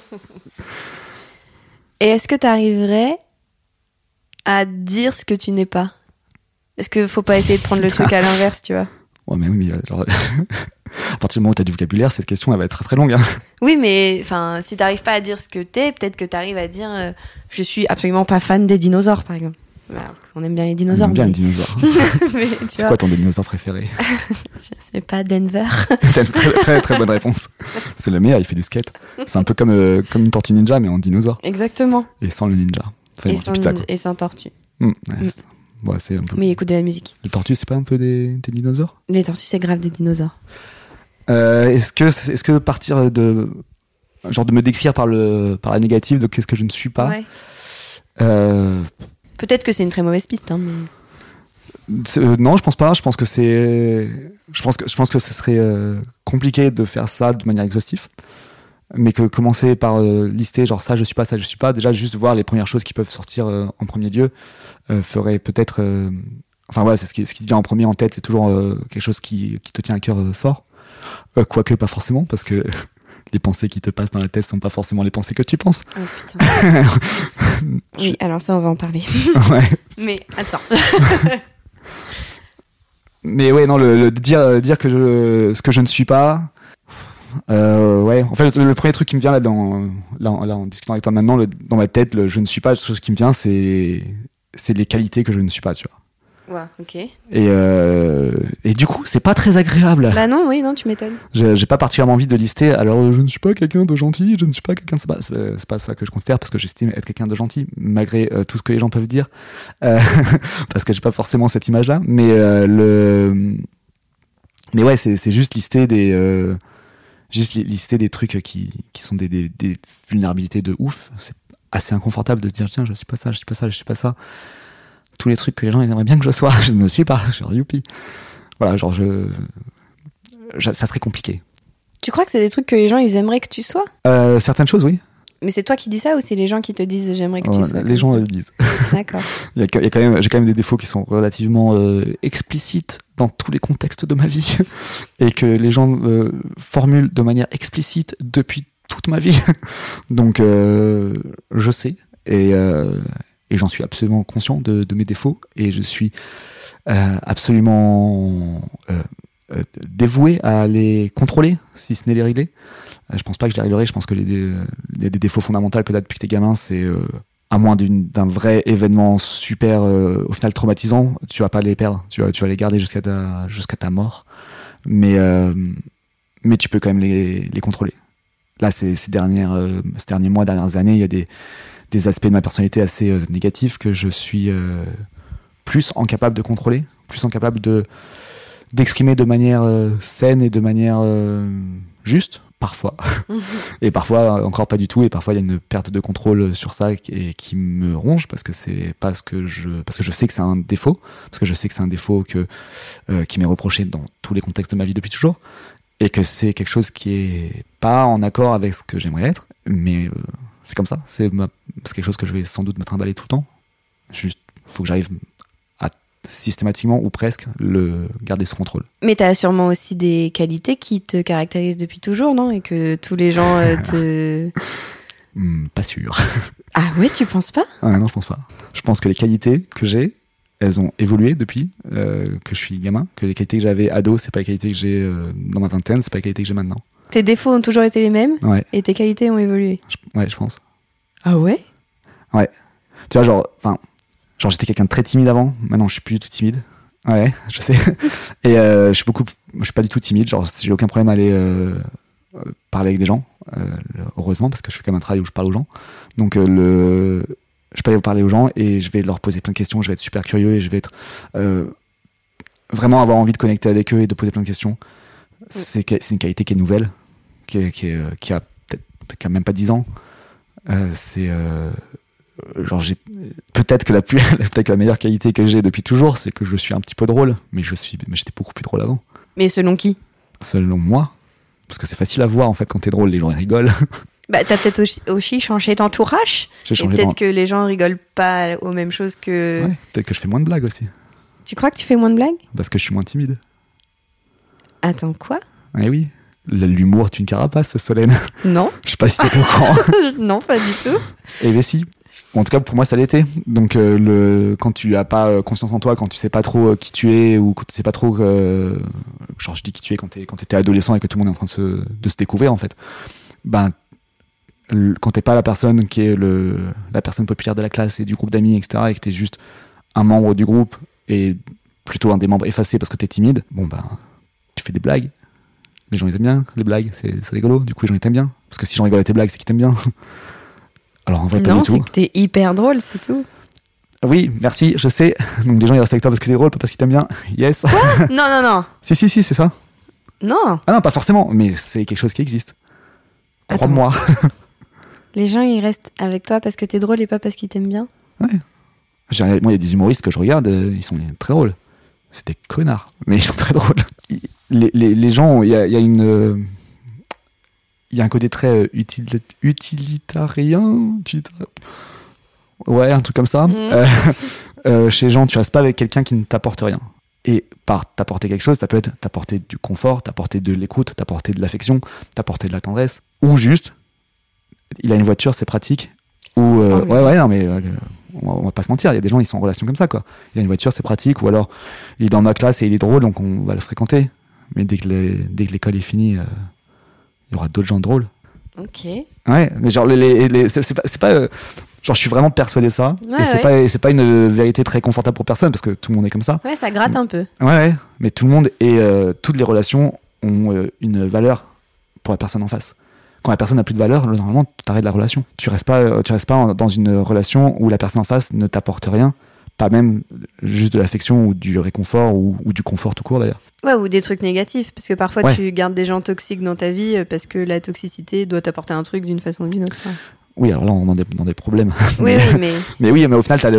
Et est-ce que tu arriverais à dire ce que tu n'es pas? Est-ce qu'il faut pas essayer de prendre le truc à l'inverse, tu vois? Ouais, mais oui, mais genre, à partir du moment où tu as du vocabulaire, cette question, elle va être très très longue. Hein. Oui, mais si t'arrives pas à dire ce que t'es, peut-être que t'arrives à dire je suis absolument pas fan des dinosaures, par exemple. Alors, on aime bien les dinosaures. On aime bien les dinosaures. Mais, c'est quoi ton dinosaure préféré? Je sais pas, Denver. Très, très très bonne réponse. C'est le meilleur, il fait du skate. C'est un peu comme une tortue ninja, mais en dinosaure. Exactement. Et sans le ninja. Enfin, et sans tortue. Ouais, c'est un peu... Mais il écoute de la musique. Les tortues, c'est pas un peu des dinosaures? Les tortues, c'est grave des dinosaures. Est-ce que partir de me décrire par la négative de qu'est-ce que je ne suis pas, ouais. Peut-être que c'est une très mauvaise piste, hein, mais... non, je pense pas. Je pense que ce serait compliqué de faire ça de manière exhaustive, mais que commencer par lister genre ça je suis pas, déjà juste voir les premières choses qui peuvent sortir en premier lieu ferait peut-être enfin voilà, c'est ce qui te vient en premier en tête, c'est toujours quelque chose qui te tient à cœur fort, quoique pas forcément, parce que les pensées qui te passent dans la tête sont pas forcément les pensées que tu penses. Oh putain. Oui, alors ça on va en parler. Ouais. Mais attends. Mais ouais, non, le dire que ce que je ne suis pas, ouais, en fait le premier truc qui me vient là en discutant avec toi maintenant, dans ma tête, je ne suis pas, ce qui me vient c'est les qualités que je ne suis pas, tu vois. Ouais, ok. Et du coup, c'est pas très agréable. Bah non, oui, non, tu m'étonnes. J'ai pas particulièrement envie de lister. Alors, je ne suis pas quelqu'un de gentil, je ne suis pas quelqu'un. C'est pas ça que je considère, parce que j'estime être quelqu'un de gentil, malgré tout ce que les gens peuvent dire, parce que j'ai pas forcément cette image-là. Mais ouais, c'est juste lister des trucs qui sont des vulnérabilités de ouf. C'est assez inconfortable de se dire tiens, je suis pas ça, je suis pas ça, je suis pas ça. Tous les trucs que les gens ils aimeraient bien que je sois, je ne suis pas, genre youpi. Voilà, genre ça serait compliqué. Tu crois que c'est des trucs que les gens ils aimeraient que tu sois? Certaines choses, oui. Mais c'est toi qui dis ça ou c'est les gens qui te disent j'aimerais que tu sois? Les gens le disent. D'accord. J'ai quand même des défauts qui sont relativement explicites dans tous les contextes de ma vie et que les gens formulent de manière explicite depuis toute ma vie. Donc je sais et j'en suis absolument conscient de mes défauts et je suis absolument dévoué à les contrôler, si ce n'est les régler. Je pense pas que je les réglerai. Je pense que les des défauts fondamentaux que tu as depuis que t'es gamin, c'est à moins d'un vrai événement super au final traumatisant, tu vas pas les perdre, tu vas les garder jusqu'à ta mort, mais tu peux quand même les contrôler. Là, ces derniers mois, dernières années, il y a des aspects de ma personnalité assez négatifs que je suis plus incapable de contrôler, plus incapable d'exprimer de manière saine et de manière juste, parfois. Et parfois encore pas du tout, et parfois il y a une perte de contrôle sur ça et qui me ronge parce que parce que je sais que c'est un défaut, parce que je sais que c'est un défaut qui m'est reproché dans tous les contextes de ma vie depuis toujours, et que c'est quelque chose qui est pas en accord avec ce que j'aimerais être, mais c'est comme ça, c'est quelque chose que je vais sans doute me trimballer tout le temps. Juste, faut que j'arrive à systématiquement ou presque le garder sous contrôle. Mais t'as sûrement aussi des qualités qui te caractérisent depuis toujours, non? Et que tous les gens Pas sûr. Ah ouais, tu penses pas? Non, je pense pas. Je pense que les qualités que j'ai, elles ont évolué depuis que je suis gamin. Que les qualités que j'avais ado, c'est pas les qualités que j'ai dans ma vingtaine, c'est pas les qualités que j'ai maintenant. Tes défauts ont toujours été les mêmes? Ouais. Et tes qualités ont évolué? Ouais, je pense. Ah ouais? Ouais. Tu vois, genre j'étais quelqu'un de très timide avant. Maintenant, je suis plus du tout timide. Ouais, je sais. Et je suis pas du tout timide. Genre, j'ai aucun problème à aller parler avec des gens. Heureusement, parce que je fais quand même un travail où je parle aux gens. Donc, je peux aller parler aux gens et je vais leur poser plein de questions. Je vais être super curieux et je vais être vraiment avoir envie de connecter avec eux et de poser plein de questions. C'est une qualité qui est nouvelle, qui a peut-être même pas 10 ans. Genre peut-être que la meilleure qualité que j'ai depuis toujours, c'est que je suis un petit peu drôle, mais j'étais beaucoup plus drôle avant. Mais selon qui? Selon moi, parce que c'est facile à voir en fait quand t'es drôle, les gens ils rigolent. Bah t'as peut-être aussi changé d'entourage. Et peut-être que les gens rigolent pas aux mêmes choses que. Ouais, peut-être que je fais moins de blagues aussi. Tu crois que tu fais moins de blagues? Parce que je suis moins timide. Attends, quoi? Eh oui, l'humour est une carapace, Solène. Non. Je sais pas si t'es au courant. Non, pas du tout. Eh bien si. En tout cas, pour moi, ça l'était. Donc, quand tu as pas confiance en toi, quand tu sais pas trop qui tu es, ou quand tu sais pas trop, genre je dis qui tu es quand t'étais adolescent et que tout le monde est en train de se découvrir, en fait. Ben, quand t'es pas la personne qui est la personne populaire de la classe et du groupe d'amis, etc., et que t'es juste un membre du groupe et plutôt un des membres effacés parce que t'es timide, bon ben, tu fais des blagues. Les gens ils aiment bien les blagues, c'est rigolo. Du coup, les gens ils t'aiment bien. Parce que si les gens rigolent à tes blagues, c'est qu'ils t'aiment bien. Alors en vrai, pas du tout. Non, c'est que t'es hyper drôle, c'est tout. Oui, merci, je sais. Donc les gens ils restent avec toi parce que t'es drôle, pas parce qu'ils t'aiment bien. Yes. Quoi? Non. Si, c'est ça. Non. Ah non, pas forcément, mais c'est quelque chose qui existe. Crois-moi. Les gens ils restent avec toi parce que t'es drôle et pas parce qu'ils t'aiment bien? Ouais. Moi, il y a des humoristes que je regarde, ils sont très drôles. C'est des connards, mais ils sont très drôles. Les gens, il y a un côté très utilitarien. Ouais, un truc comme ça. Chez les gens, tu restes pas avec quelqu'un qui ne t'apporte rien. Et par t'apporter quelque chose, ça peut être t'apporter du confort, t'apporter de l'écoute, t'apporter de l'affection, t'apporter de la tendresse. Ou juste, il a une voiture, c'est pratique. Ou, ouais, non, mais on va pas se mentir, il y a des gens, ils sont en relation comme ça, quoi. Il a une voiture, c'est pratique. Ou alors, il est dans ma classe et il est drôle, donc on va le fréquenter. Mais dès que l'école est finie, il y aura d'autres gens drôles. Ok. Ouais, mais genre, c'est pas genre, je suis vraiment persuadé de ça. Ouais, et c'est pas une vérité très confortable pour personne, parce que tout le monde est comme ça. Ouais, ça gratte un peu. Ouais, mais tout le monde et toutes les relations ont une valeur pour la personne en face. Quand la personne n'a plus de valeur, normalement, tu arrêtes la relation. Tu restes pas dans une relation où la personne en face ne t'apporte rien, pas même juste de l'affection ou du réconfort ou du confort tout court d'ailleurs. Ouais, ou des trucs négatifs, parce que parfois Ouais. tu gardes des gens toxiques dans ta vie parce que la toxicité doit t'apporter un truc d'une façon ou d'une autre. Oui, alors là, on est dans des problèmes. Oui, mais... Mais oui, mais au final,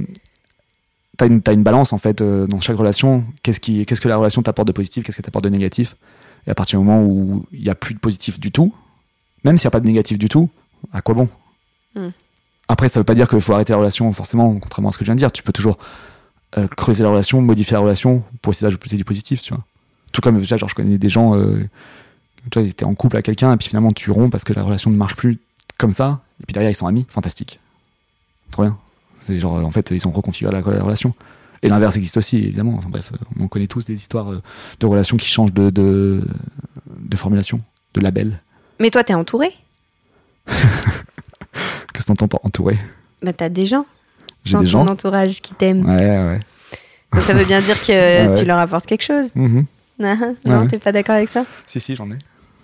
t'as une balance en fait dans chaque relation. Qu'est-ce que la relation t'apporte de positif, qu'est-ce qu'elle t'apporte de négatif. Et à partir du moment où il n'y a plus de positif du tout, même s'il n'y a pas de négatif du tout, à quoi bon? Après, ça veut pas dire qu'il faut arrêter la relation, forcément, contrairement à ce que je viens de dire. Tu peux toujours creuser la relation, modifier la relation pour essayer d'ajouter du positif, tu vois. Tout comme déjà, genre, je connais des gens, tu vois, ils étaient en couple avec quelqu'un et puis finalement tu romps parce que la relation ne marche plus comme ça. Et puis derrière, ils sont amis. Fantastique. Trop bien. C'est genre, en fait, ils ont reconfiguré la relation. Et l'inverse existe aussi, évidemment. Enfin bref, on connaît tous des histoires de relations qui changent de formulation, de label. Mais toi, t'es entouré? Qu'est-ce que t'entends par entouré? Bah, t'as des gens. J'ai des gens. Ton entourage qui t'aiment. Ouais. Donc ça veut bien dire que tu leur apportes quelque chose. Mm-hmm. Non, t'es pas d'accord avec ça? Si, j'en ai.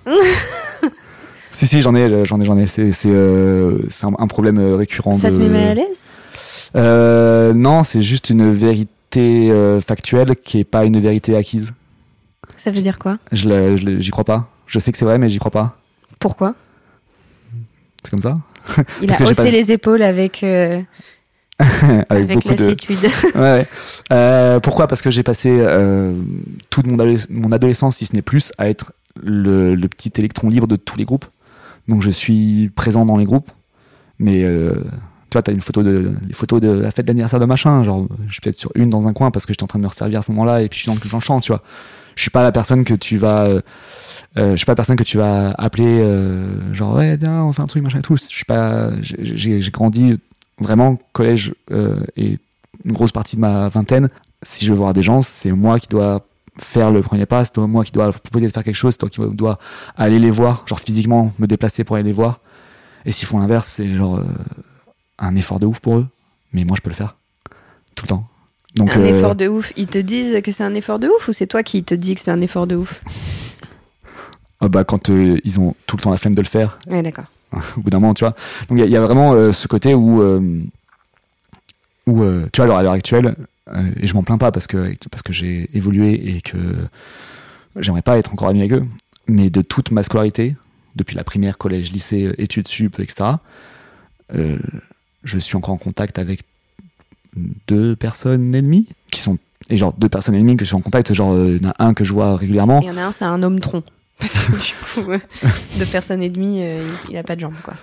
si, j'en ai. C'est un problème récurrent. Ça te met mal à l'aise? Non, c'est juste une vérité factuelle qui est pas une vérité acquise. Ça veut dire quoi? J'y crois pas. Je sais que c'est vrai, mais j'y crois pas. Pourquoi? C'est comme ça. Il a haussé les épaules avec avec lassitude. Ouais. Pourquoi? Parce que j'ai passé toute mon adolescence, si ce n'est plus, à être le petit électron libre de tous les groupes. Donc je suis présent dans les groupes, mais tu vois, t'as les photos de la fête d'anniversaire de machin, genre je suis peut-être sur une dans un coin parce que j'étais en train de me resservir à ce moment-là et puis je suis dans le champ, tu vois. Je suis pas la personne que tu vas Je suis pas la personne que tu vas appeler genre ouais viens on fait un truc machin et tout. Je suis pas, j'ai grandi vraiment collège et une grosse partie de ma vingtaine. Si je veux voir des gens, c'est moi qui dois faire le premier pas, c'est moi qui dois proposer de faire quelque chose, c'est toi qui dois aller les voir, genre physiquement me déplacer pour aller les voir. Et s'ils font l'inverse, c'est genre un effort de ouf pour eux, mais moi je peux le faire tout le temps. Donc, un effort de ouf, ils te disent que c'est un effort de ouf ou c'est toi qui te dis que c'est un effort de ouf? Quand ils ont tout le temps la flemme de le faire. Ouais, d'accord. Au bout d'un moment, tu vois. Donc il y a vraiment ce côté où tu vois, alors à l'heure actuelle, et je m'en plains pas parce que j'ai évolué et que j'aimerais pas être encore ami avec eux, mais de toute ma scolarité, depuis la primaire, collège, lycée, études sup, etc., je suis encore en contact avec 2 personnes et demie qui sont, et genre 2 personnes et demie que je suis en contact, genre il y en a un que je vois régulièrement. Il y en a un, c'est un homme tronc. Parce que du coup, 2 personnes et demie, il a pas de jambes, quoi.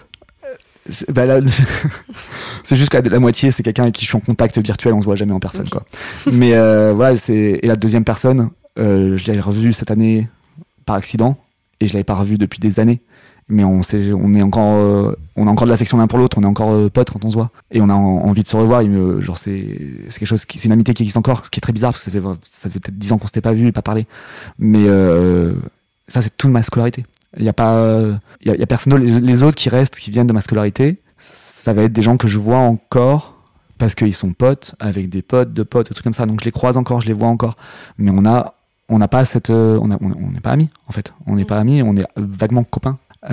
C'est juste que la moitié, c'est quelqu'un avec qui je suis en contact virtuel, on se voit jamais en personne, quoi. Mais voilà, et la deuxième personne, je l'ai revue cette année par accident, et je l'avais pas revue depuis des années. Mais on a encore de l'affection l'un pour l'autre, on est encore potes quand on se voit, et on a envie de se revoir. Genre c'est quelque chose, c'est une amitié qui existe encore, ce qui est très bizarre parce que ça faisait peut-être 10 ans qu'on s'était pas vu et pas parlé. Mais ça, c'est toute ma scolarité. Il y a pas, il y a personne d'autre. Les autres qui restent, qui viennent de ma scolarité, ça va être des gens que je vois encore parce qu'ils sont potes avec des potes de potes, des trucs comme ça. Donc je les croise encore, je les vois encore. Mais on n'a pas cette, on n'est pas amis en fait. On n'est pas amis, on est vaguement copains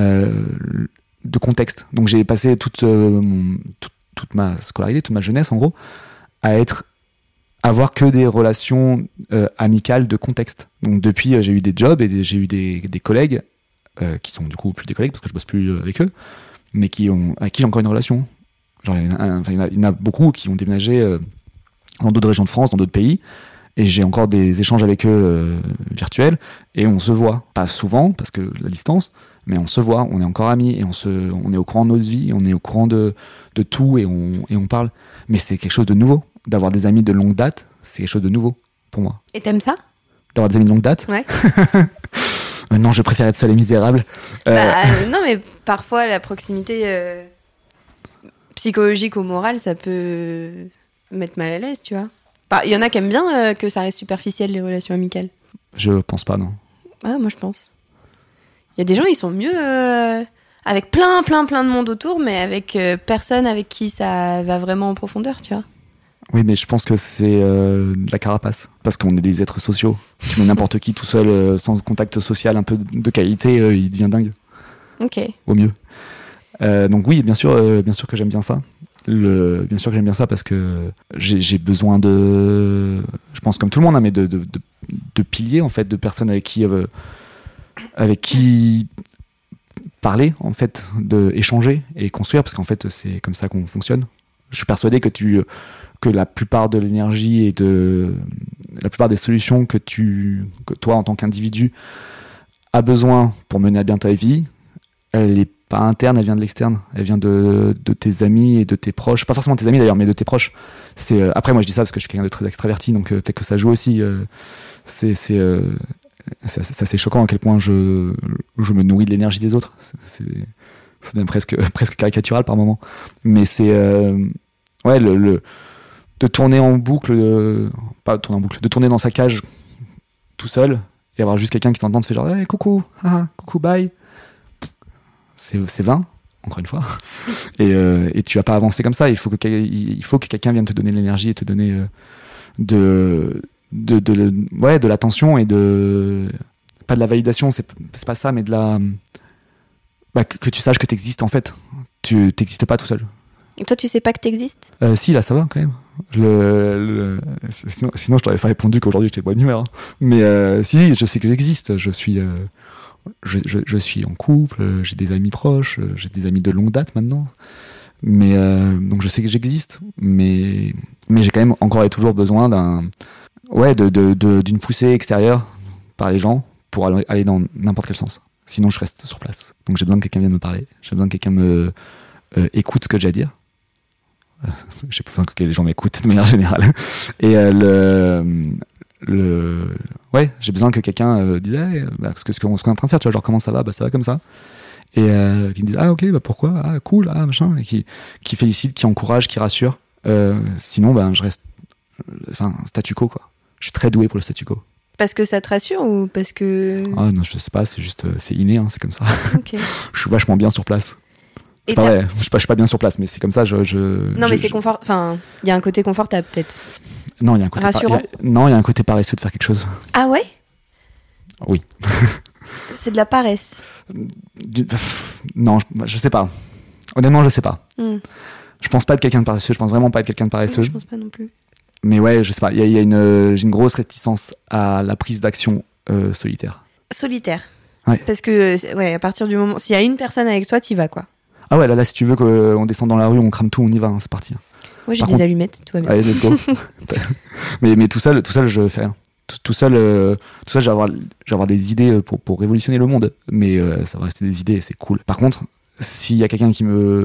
de contexte. Donc j'ai passé toute ma scolarité, toute ma jeunesse en gros, à avoir que des relations amicales de contexte. Donc depuis, j'ai eu des jobs et j'ai eu des collègues qui sont du coup plus des collègues parce que je bosse plus avec eux, mais avec qui j'ai encore une relation. Genre, il y en a beaucoup qui ont déménagé dans d'autres régions de France, dans d'autres pays, et j'ai encore des échanges avec eux virtuels, et on se voit. Pas souvent, parce que la distance, mais on se voit, on est encore amis, et on est au courant de notre vie, on est au courant de tout, et on parle. Mais c'est quelque chose de nouveau. D'avoir des amis de longue date, c'est quelque chose de nouveau pour moi. Et t'aimes ça? D'avoir des amis de longue date? Ouais. Non, je préfère être seul et misérable. Non, mais parfois, la proximité psychologique ou morale, ça peut mettre mal à l'aise, tu vois. Il y en a qui aiment bien que ça reste superficiel, les relations amicales. Je pense pas, non. Ah, moi, je pense. Il y a des gens, ils sont mieux avec plein de monde autour, mais avec personne avec qui ça va vraiment en profondeur, tu vois. Oui, mais je pense que c'est de la carapace, parce qu'on est des êtres sociaux. Tu mets n'importe qui tout seul, sans contact social un peu de qualité, il devient dingue. Ok. Au mieux. Donc oui, bien sûr que j'aime bien ça. Bien sûr que j'aime bien ça parce que j'ai besoin de, je pense comme tout le monde, hein, mais de piliers en fait, de personnes avec qui parler en fait, de échanger et construire, parce qu'en fait c'est comme ça qu'on fonctionne. Je suis persuadé que la plupart de l'énergie et la plupart des solutions que toi en tant qu'individu as besoin pour mener à bien ta vie, elle n'est pas interne, elle vient de l'externe, elle vient de tes amis et de tes proches, pas forcément tes amis d'ailleurs, mais de tes proches. Après moi je dis ça parce que je suis quelqu'un de très extraverti, donc peut-être que ça joue aussi. C'est assez choquant à quel point je me nourris de l'énergie des autres. Ça devient presque caricatural par moment, mais c'est ouais, de tourner en boucle, pas tourner en boucle, de tourner dans sa cage tout seul et avoir juste quelqu'un qui t'entend te fait genre hey, coucou, coucou, bye. C'est vain, encore une fois. Et tu vas pas avancer comme ça. Il faut que quelqu'un vienne te donner de l'énergie et te donner de l'attention et pas de la validation, c'est pas ça, mais que tu saches que t'existes en fait. Tu t'existes pas tout seul. Et toi, tu sais pas que t'existes? Si, là, ça va quand même. Sinon, je t'aurais pas répondu qu'aujourd'hui j'étais de bonne humeur. Hein. Mais si, je sais que j'existe. Je suis en couple, j'ai des amis proches, j'ai des amis de longue date maintenant. Mais donc je sais que j'existe. Mais j'ai quand même encore et toujours besoin d'une poussée extérieure par les gens pour aller dans n'importe quel sens. Sinon, je reste sur place. Donc j'ai besoin que quelqu'un vienne me parler. J'ai besoin que quelqu'un me écoute ce que j'ai à dire. J'ai besoin que les gens m'écoutent de manière générale. Et Ouais, j'ai besoin que quelqu'un dise ce qu'on est en train de faire, tu vois, genre comment ça va, ça va comme ça. Et qui me disent ok, pourquoi, cool, machin, et qui félicite, qui encourage, qui rassure. Sinon, je reste statu quo, quoi. Je suis très doué pour le statu quo. Parce que ça te rassure ou parce que... Ah non, je sais pas, c'est juste, c'est inné, c'est comme ça. Okay. Je suis vachement bien sur place. C'est pas vrai, je suis pas bien sur place, mais c'est comme ça, mais c'est confort... Enfin, il y a un côté confortable, peut-être. Non, il y a un côté... Rassurant. Il y a un côté paresseux de faire quelque chose. Ah ouais? Oui. C'est de la paresse. Non, je sais pas. Honnêtement, je sais pas. Je pense pas être quelqu'un de paresseux, je pense vraiment pas être quelqu'un de paresseux. Je pense pas non plus. Mais ouais, je sais pas, j'ai une grosse réticence à la prise d'action solitaire. Solitaire. Ouais. Parce que, à partir du moment... S'il y a une personne avec toi, t'y vas, quoi. Ah ouais, là, si tu veux qu'on descende dans la rue, on crame tout, on y va, c'est parti. Moi, j'ai des allumettes, tout va bien. Allez, let's go. mais tout seul, je fais rien. Tout seul, je vais avoir des idées pour révolutionner le monde, mais ça va rester des idées, c'est cool. Par contre, s'il y a quelqu'un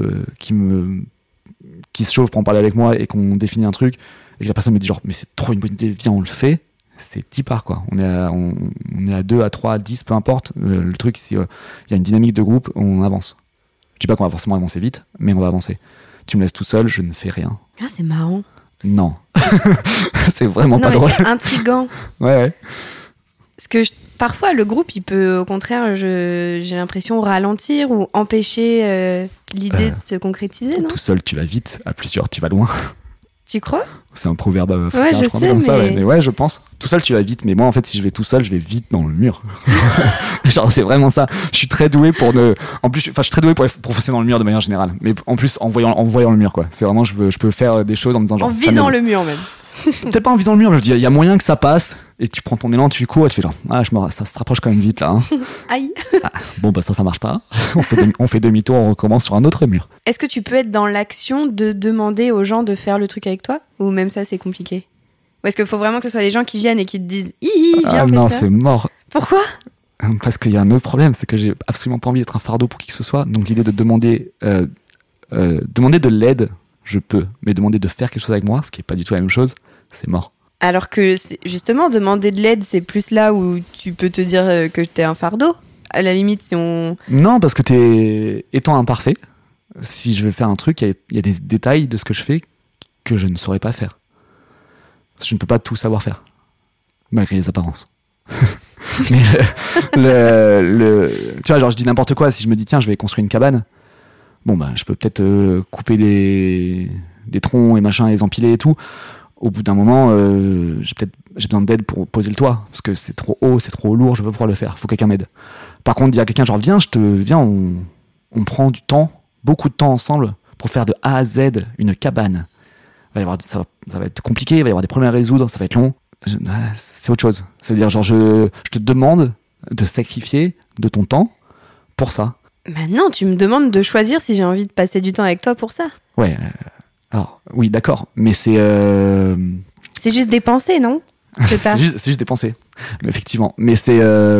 qui se chauffe pour en parler avec moi et qu'on définit un truc, et que la personne me dit genre, mais c'est trop une bonne idée, viens, on le fait, c'est 10 parts, quoi. On est à 2, à 3, à 10, peu importe. Le truc, c'est il y a une dynamique de groupe, on avance. Je dis pas qu'on va forcément avancer vite, mais on va avancer. Tu me laisses tout seul, je ne fais rien. Ah, c'est marrant. Non. C'est vraiment pas drôle. C'est intriguant. Ouais. Parce que parfois, le groupe, il peut, au contraire, j'ai l'impression, ralentir ou empêcher l'idée de se concrétiser, non? Tout seul, tu vas vite. À plusieurs, tu vas loin. Tu crois? C'est un proverbe africain, je crois, sais, comme ça. mais... Ouais. Mais ouais, je pense. Tout seul, tu vas vite. Mais moi, en fait, si je vais tout seul, je vais vite dans le mur. Genre, c'est vraiment ça. Je suis très doué pour En plus, je suis très doué pour foncer dans le mur de manière générale. Mais en plus, en voyant le mur, quoi. C'est vraiment, je peux faire des choses en me disant genre. En visant le mur, même. Peut-être pas en visant le mur, mais je dis, il y a moyen que ça passe. Et tu prends ton élan, tu cours et tu fais genre, ça se rapproche quand même vite, là. Aïe. Bon, ça marche pas. On fait demi-tour, on recommence sur un autre mur. Est-ce que tu peux être dans l'action de demander aux gens de faire le truc avec toi? Ou même ça, c'est compliqué? Ou est-ce qu'il faut vraiment que ce soit les gens qui viennent et qui te disent viens, fais non, ça? c'est mort. Pourquoi? Parce qu'il y a un autre problème, c'est que j'ai absolument pas envie d'être un fardeau pour qui que ce soit. Donc l'idée de demander de l'aide, je peux. Mais demander de faire quelque chose avec moi, ce qui est pas du tout la même chose, c'est mort. Alors que justement, demander de l'aide, c'est plus là où tu peux te dire que t'es un fardeau. À la limite, si on... Non, parce que étant imparfait, si je veux faire un truc, il y a des détails de ce que je fais que je ne saurais pas faire. Parce que je ne peux pas tout savoir faire, malgré les apparences. Mais tu vois, genre je dis n'importe quoi. Si je me dis tiens, je vais construire une cabane, bon je peux peut-être couper des troncs et machin, et les empiler et tout. Au bout d'un moment, j'ai besoin d'aide pour poser le toit parce que c'est trop haut, c'est trop lourd, je vais pas pouvoir le faire. Faut que quelqu'un m'aide. Par contre, dire à quelqu'un genre viens, on prend du temps, beaucoup de temps ensemble pour faire de A à Z une cabane. Ça va être compliqué, il va y avoir des problèmes à résoudre, ça va être long. C'est autre chose. C'est-à-dire genre je te demande de sacrifier de ton temps pour ça. Bah non, tu me demandes de choisir si j'ai envie de passer du temps avec toi pour ça. Ouais. Alors oui, d'accord, mais c'est juste des pensées, non? c'est juste des pensées, effectivement. Mais c'est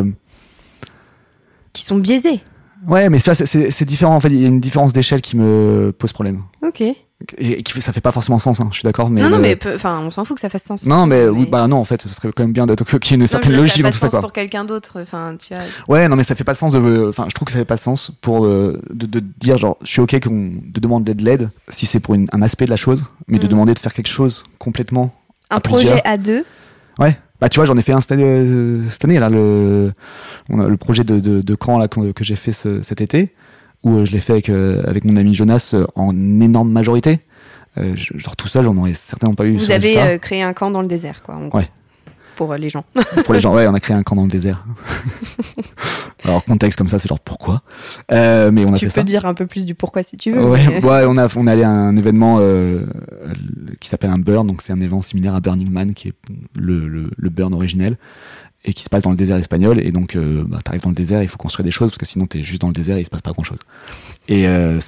qui sont biaisées. Ouais, mais c'est différent. En fait, il y a une différence d'échelle qui me pose problème. Ok. Et ça fait pas forcément sens. Je suis d'accord, mais non, mais on s'en fout que ça fasse sens. Non, mais oui, non, en fait, ce serait quand même bien qu'il y ait une certaine logique dans tout ça, quoi. Ça fait pas sens pour quelqu'un d'autre. Enfin, tu vois. Ouais, non, mais ça fait pas de sens je trouve que ça fait pas de sens pour de dire genre, je suis ok de demander de l'aide si c'est pour un aspect de la chose, mais de demander de faire quelque chose complètement. Un projet à deux. Ouais. Bah tu vois, j'en ai fait un cette année là, le projet de camp là que j'ai fait cet été, où je l'ai fait avec mon ami Jonas en énorme majorité. Genre tout seul, j'en aurais certainement pas eu. Vous avez créé un camp dans le désert, quoi. En gros. Ouais. Pour les gens. Pour les gens, ouais, on a créé un camp dans le désert. Alors contexte comme ça, c'est genre pourquoi. Mais on a fait ça. Tu peux dire un peu plus du pourquoi si tu veux. Ouais, on est allé à un événement qui s'appelle un burn, donc c'est un événement similaire à Burning Man, qui est le burn originel, et qui se passe dans le désert espagnol. Et donc, t'arrives dans le désert, il faut construire des choses parce que sinon t'es juste dans le désert et il se passe pas grand chose. Et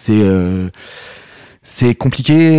c'est compliqué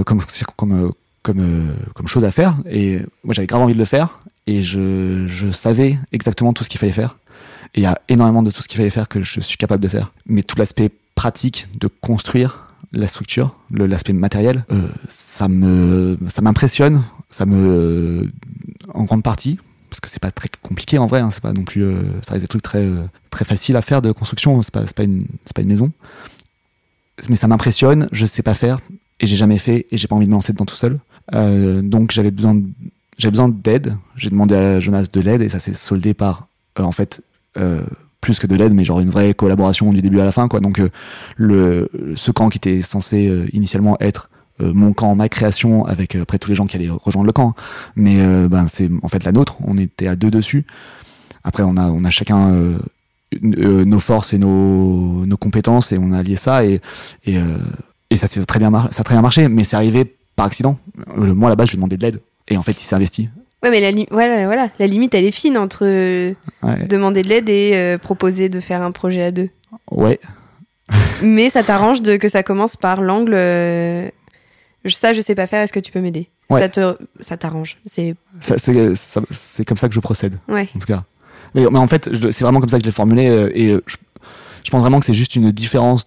comme chose à faire. Et moi, j'avais grave envie de le faire. Et je savais exactement tout ce qu'il fallait faire. Et il y a énormément de tout ce qu'il fallait faire que je suis capable de faire. Mais tout l'aspect pratique de construire la structure, l'aspect matériel, ça m'impressionne. en grande partie, parce que c'est pas très compliqué en vrai, hein, c'est pas non plus, ça reste des trucs très, très faciles à faire de construction, c'est pas une maison. Mais ça m'impressionne, je sais pas faire, et j'ai jamais fait, et j'ai pas envie de me lancer dedans tout seul. Donc j'avais besoin d'aide, j'ai demandé à Jonas de l'aide, et ça s'est soldé par, en fait, plus que de l'aide, mais genre une vraie collaboration du début à la fin, quoi. Donc ce camp qui était censé initialement être mon camp, ma création, avec après tous les gens qui allaient rejoindre le camp, mais c'est en fait la nôtre, on était à 2 dessus. Après on a chacun nos forces et nos compétences, et on a allié ça, et ça s'est très bien marché, mais c'est arrivé par accident. Moi là-bas je lui ai demandé de l'aide, et en fait il s'est investi. Ouais, mais la limite elle est fine entre demander de l'aide et proposer de faire un projet à 2. Ouais. Mais ça t'arrange que ça commence par l'angle ça je sais pas faire, est-ce que tu peux m'aider? Ouais. Ça t'arrange. C'est comme ça que je procède. Ouais. En tout cas. Mais en fait, c'est vraiment comme ça que je l'ai formulé, et je pense vraiment que c'est juste une différence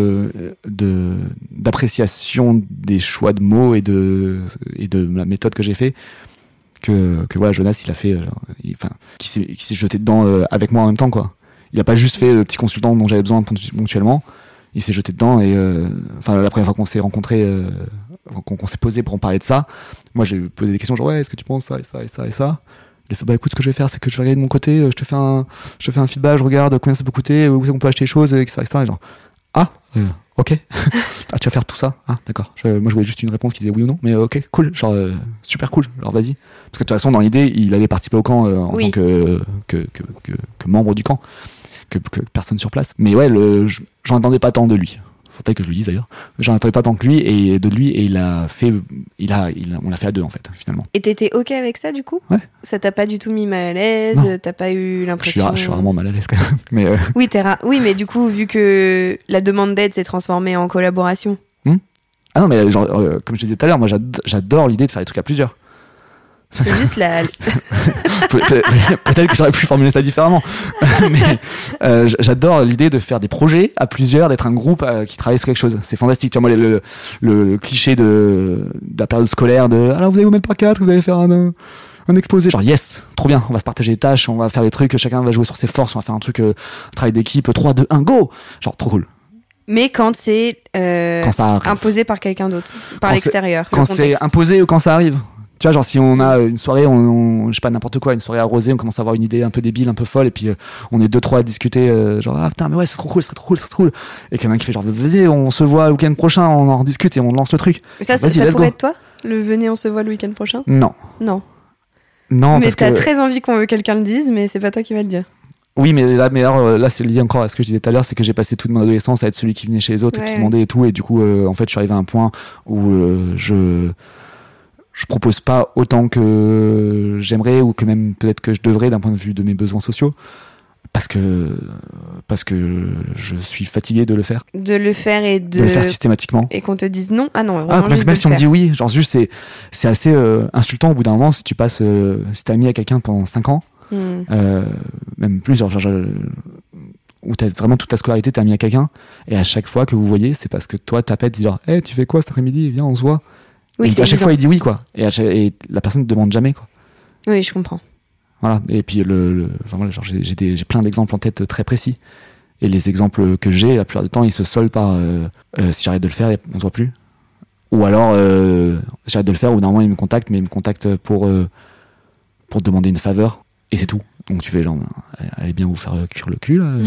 d'appréciation des choix de mots et de la méthode que j'ai fait, que voilà, Jonas il a fait, qui s'est jeté dedans avec moi en même temps, quoi. Il a pas juste fait le petit consultant dont j'avais besoin ponctuellement, il s'est jeté dedans, et la première fois qu'on s'est rencontrés, qu'on s'est posé pour en parler de ça, moi j'ai posé des questions genre ouais, est-ce que tu penses ça et ça et ça et ça. Il a fait écoute, ce que je vais faire, c'est que je vais regarder de mon côté, je te fais un feedback, je regarde combien ça peut coûter, où on peut acheter les choses, etc. Et genre ok. Ah, tu vas faire tout ça? Ah, d'accord. Moi je voulais juste une réponse qui disait oui ou non, mais ok, cool, genre super cool, genre vas-y. Parce que de toute façon dans l'idée il allait participer au camp en tant que membre du camp, que personne sur place. Mais ouais, j'en attendais pas tant de lui. Faudrait que je lui dise d'ailleurs. J'en attendais pas tant que lui, et il a fait, on l'a fait à 2 en fait, finalement. Et t'étais ok avec ça du coup? Ouais. Ça t'a pas du tout mis mal à l'aise? Non. T'as pas eu l'impression? Je suis vraiment mal à l'aise quand même. Mais oui, mais du coup, vu que la demande d'aide s'est transformée en collaboration. Ah non, mais genre, comme je disais tout à l'heure, moi j'adore l'idée de faire des trucs à plusieurs. C'est juste Peut-être que j'aurais pu formuler ça différemment. Mais j'adore l'idée de faire des projets à plusieurs, d'être un groupe qui travaille sur quelque chose. C'est fantastique. Tu vois, moi, le cliché de la période scolaire alors vous allez vous mettre par 4, vous allez faire un exposé. Genre yes, trop bien, on va se partager les tâches, on va faire des trucs, chacun va jouer sur ses forces, on va faire un truc, un travail d'équipe, 3, 2, 1, go! Genre trop cool. Mais quand c'est imposé par quelqu'un d'autre, par l'extérieur. Quand c'est imposé ou quand ça arrive. Tu vois, genre si on a une soirée, je sais pas, n'importe quoi, une soirée arrosée, on commence à avoir une idée un peu débile, un peu folle, et puis on est 2-3 à discuter, genre ah putain mais ouais c'est trop cool, et qu'il y en a un qui fait genre vas-y on se voit le week-end prochain, on en rediscute et on lance le truc. Ça pourrait être toi, le venez on se voit le week-end prochain? Non, mais parce t'as très envie que quelqu'un le dise, mais c'est pas toi qui va le dire. Oui, mais là c'est lié encore à ce que je disais tout à l'heure, c'est que j'ai passé toute mon adolescence à être celui qui venait chez les autres et qui demandait et tout, et du coup en fait je suis arrivé à un point où je propose pas autant que j'aimerais, ou que même peut-être que je devrais d'un point de vue de mes besoins sociaux, parce que je suis fatigué de le faire. De le faire systématiquement. Et qu'on te dise non. Ah non, vraiment même si on me dit oui, genre juste c'est assez insultant au bout d'un moment si tu passes si t'es ami à quelqu'un pendant 5 ans, même plus, genre où t'as vraiment toute ta scolarité, t'es ami à quelqu'un, et à chaque fois que vous voyez, c'est parce que toi t'appelles, dis genre hey, tu fais quoi cet après-midi, viens on se voit. Oui, à chaque fois il dit oui quoi, et la personne ne demande jamais quoi. Oui, je comprends. Voilà, et puis genre, j'ai plein d'exemples en tête très précis, et les exemples que j'ai la plupart du temps ils se soldent par si j'arrête de le faire on se voit plus, ou alors j'arrête de le faire ou normalement il me contacte, mais il me contacte pour demander une faveur et c'est tout. Donc tu fais genre allez bien vous faire cuire le cul là.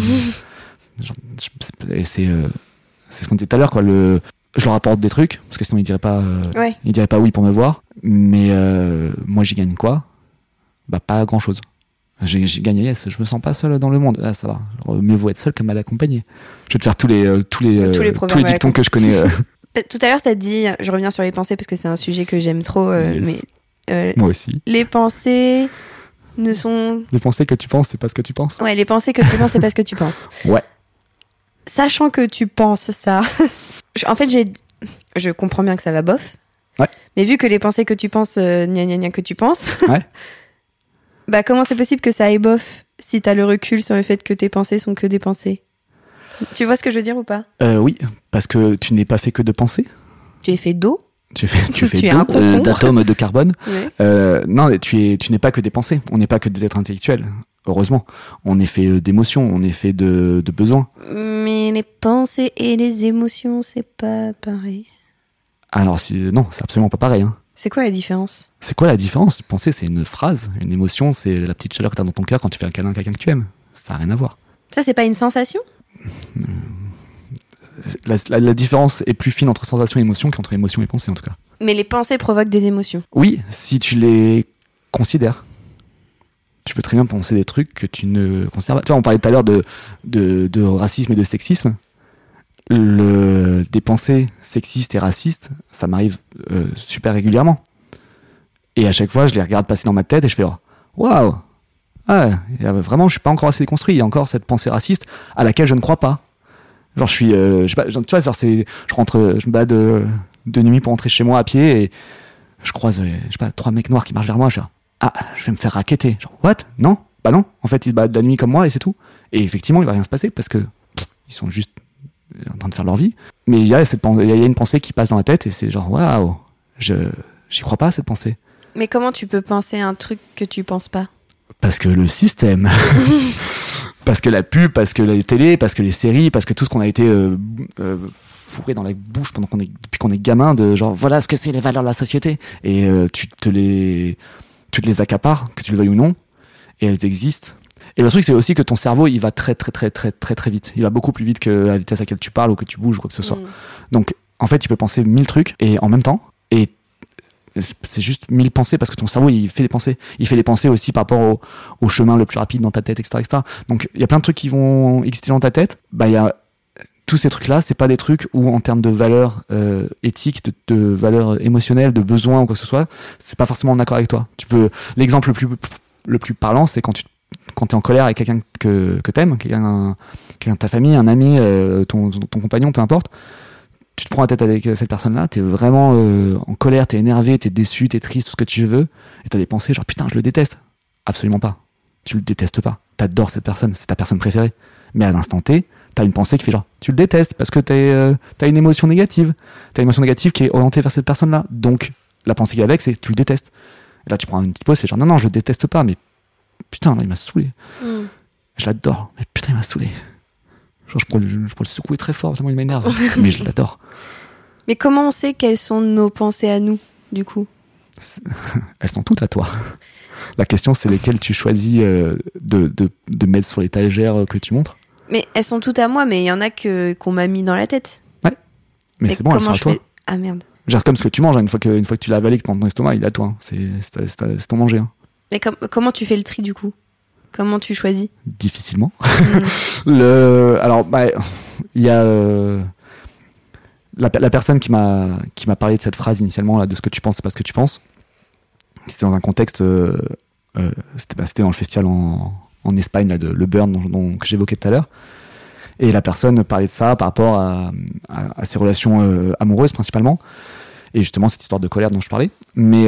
Et c'est ce qu'on disait tout à l'heure quoi, je leur apporte des trucs parce que sinon ils diraient pas oui pour me voir, mais moi j'y gagne quoi? Bah pas grand chose. J'ai gagné, yes, je me sens pas seul dans le monde. Ah ça va, alors, mieux vaut être seul que mal accompagné. Je vais te faire tous les dictons que je connais. Tout à l'heure t'as dit, je reviens sur les pensées parce que c'est un sujet que j'aime trop, yes. Mais moi aussi. Les pensées ne sont... Les pensées que tu penses, c'est pas ce que tu penses. Ouais, les pensées que tu penses, c'est pas ce que tu penses. Ouais. Sachant que tu penses ça, en fait je comprends bien que ça va bof. Ouais. Mais vu que les pensées que tu penses, que tu penses. Ouais. Bah comment c'est possible que ça aille bof si t'as le recul sur le fait que tes pensées sont que des pensées? Tu vois ce que je veux dire ou pas? Oui, parce que tu n'es pas fait que de penser. Tu es fait d'eau. Tu fais Tu es un concombre. d'atomes de carbone. Ouais. Non, tu n'es pas que des pensées. On n'est pas que des êtres intellectuels. Heureusement, on est fait d'émotions, on est fait de besoins. Mais les pensées et les émotions, c'est pas pareil. Alors non, c'est absolument pas pareil. Hein. C'est quoi la différence? C'est quoi la différence? Une pensée, c'est une phrase. Une émotion, c'est la petite chaleur que t'as dans ton cœur quand tu fais un câlin à quelqu'un que tu aimes. Ça n'a rien à voir. Ça, c'est pas une sensation? La différence est plus fine entre sensation et émotion qu'entre émotion et pensée, en tout cas. Mais les pensées provoquent des émotions. Oui, si tu les considères. Tu peux très bien penser des trucs que tu ne considères pas. Tu vois, on parlait tout à l'heure de racisme et de sexisme. Des pensées sexistes et racistes, ça m'arrive super régulièrement. Et à chaque fois, je les regarde passer dans ma tête et je fais waouh, vraiment, je suis pas encore assez déconstruit. Il y a encore cette pensée raciste à laquelle je ne crois pas. Genre, je suis, je sais pas, tu vois, genre, je me balade de nuit pour rentrer chez moi à pied et je croise, je sais pas, 3 mecs noirs qui marchent vers moi. Je vais me faire racketter. Genre, what? Non? Bah non. En fait, ils se baladent la nuit comme moi et c'est tout. Et effectivement, il va rien se passer parce que ils sont juste en train de faire leur vie. Mais il y a une pensée qui passe dans la tête et c'est genre, waouh, j'y crois pas à cette pensée. Mais comment tu peux penser un truc que tu penses pas? Parce que le système, parce que la pub, parce que la télé, parce que les séries, parce que tout ce qu'on a été fourré dans la bouche depuis qu'on est gamin, de genre voilà ce que c'est les valeurs de la société. Et tu te les accapares, que tu le veuilles ou non, et elles existent. Et le truc, c'est aussi que ton cerveau, il va très très très très très très vite. Il va beaucoup plus vite que la vitesse à laquelle tu parles ou que tu bouges ou quoi que ce soit. Donc, en fait, il peut penser 1000 trucs et en même temps. Et c'est juste 1000 pensées parce que ton cerveau, il fait des pensées. Il fait des pensées aussi par rapport au chemin le plus rapide dans ta tête, etc., etc. Donc, il y a plein de trucs qui vont exister dans ta tête. Bah, il y a tous ces trucs-là, c'est pas des trucs où, en termes de valeurs éthiques, de valeurs émotionnelles, de besoins ou quoi que ce soit, c'est pas forcément en accord avec toi. L'exemple le plus parlant, c'est quand t'es en colère avec quelqu'un que t'aimes, quelqu'un de ta famille, un ami, ton compagnon, peu importe. Tu te prends la tête avec cette personne-là, t'es vraiment en colère, t'es énervé, t'es déçu, t'es triste, tout ce que tu veux, et t'as des pensées genre putain, je le déteste. Absolument pas. Tu le détestes pas. T'adores cette personne, c'est ta personne préférée. Mais à l'instant T, t'as une pensée qui fait genre tu le détestes parce que t'as une émotion négative. T'as une émotion négative qui est orientée vers cette personne-là. Donc la pensée qui est avec, c'est tu le détestes. Et là tu prends une petite pause, c'est genre non, je le déteste pas, mais putain, là, il m'a saoulé. Je l'adore, mais putain, il m'a saoulé. Genre, je pourrais le secouer très fort, tellement il m'énerve. Mais je l'adore. Mais comment on sait quelles sont nos pensées à nous, du coup? Elles sont toutes à toi. La question, c'est lesquelles tu choisis de mettre sur l'étagère que tu montres. Mais elles sont toutes à moi, mais il y en a qu'on m'a mis dans la tête. Ouais. Mais c'est bon, elles sont à toi. Ah merde. Genre comme ce que tu manges, hein, une fois que tu l'as avalé, que dans ton estomac, il est à toi. Hein. C'est ton manger. Hein. Mais comment tu fais le tri, du coup? Comment tu choisis? Difficilement. Alors, il y a la personne qui m'a parlé de cette phrase initialement, là, de ce que tu penses, c'est pas ce que tu penses. C'était dans un contexte, c'était dans le festival en Espagne, là, le Burn que j'évoquais tout à l'heure. Et la personne parlait de ça par rapport à ses relations amoureuses principalement. Et justement, cette histoire de colère dont je parlais. Mais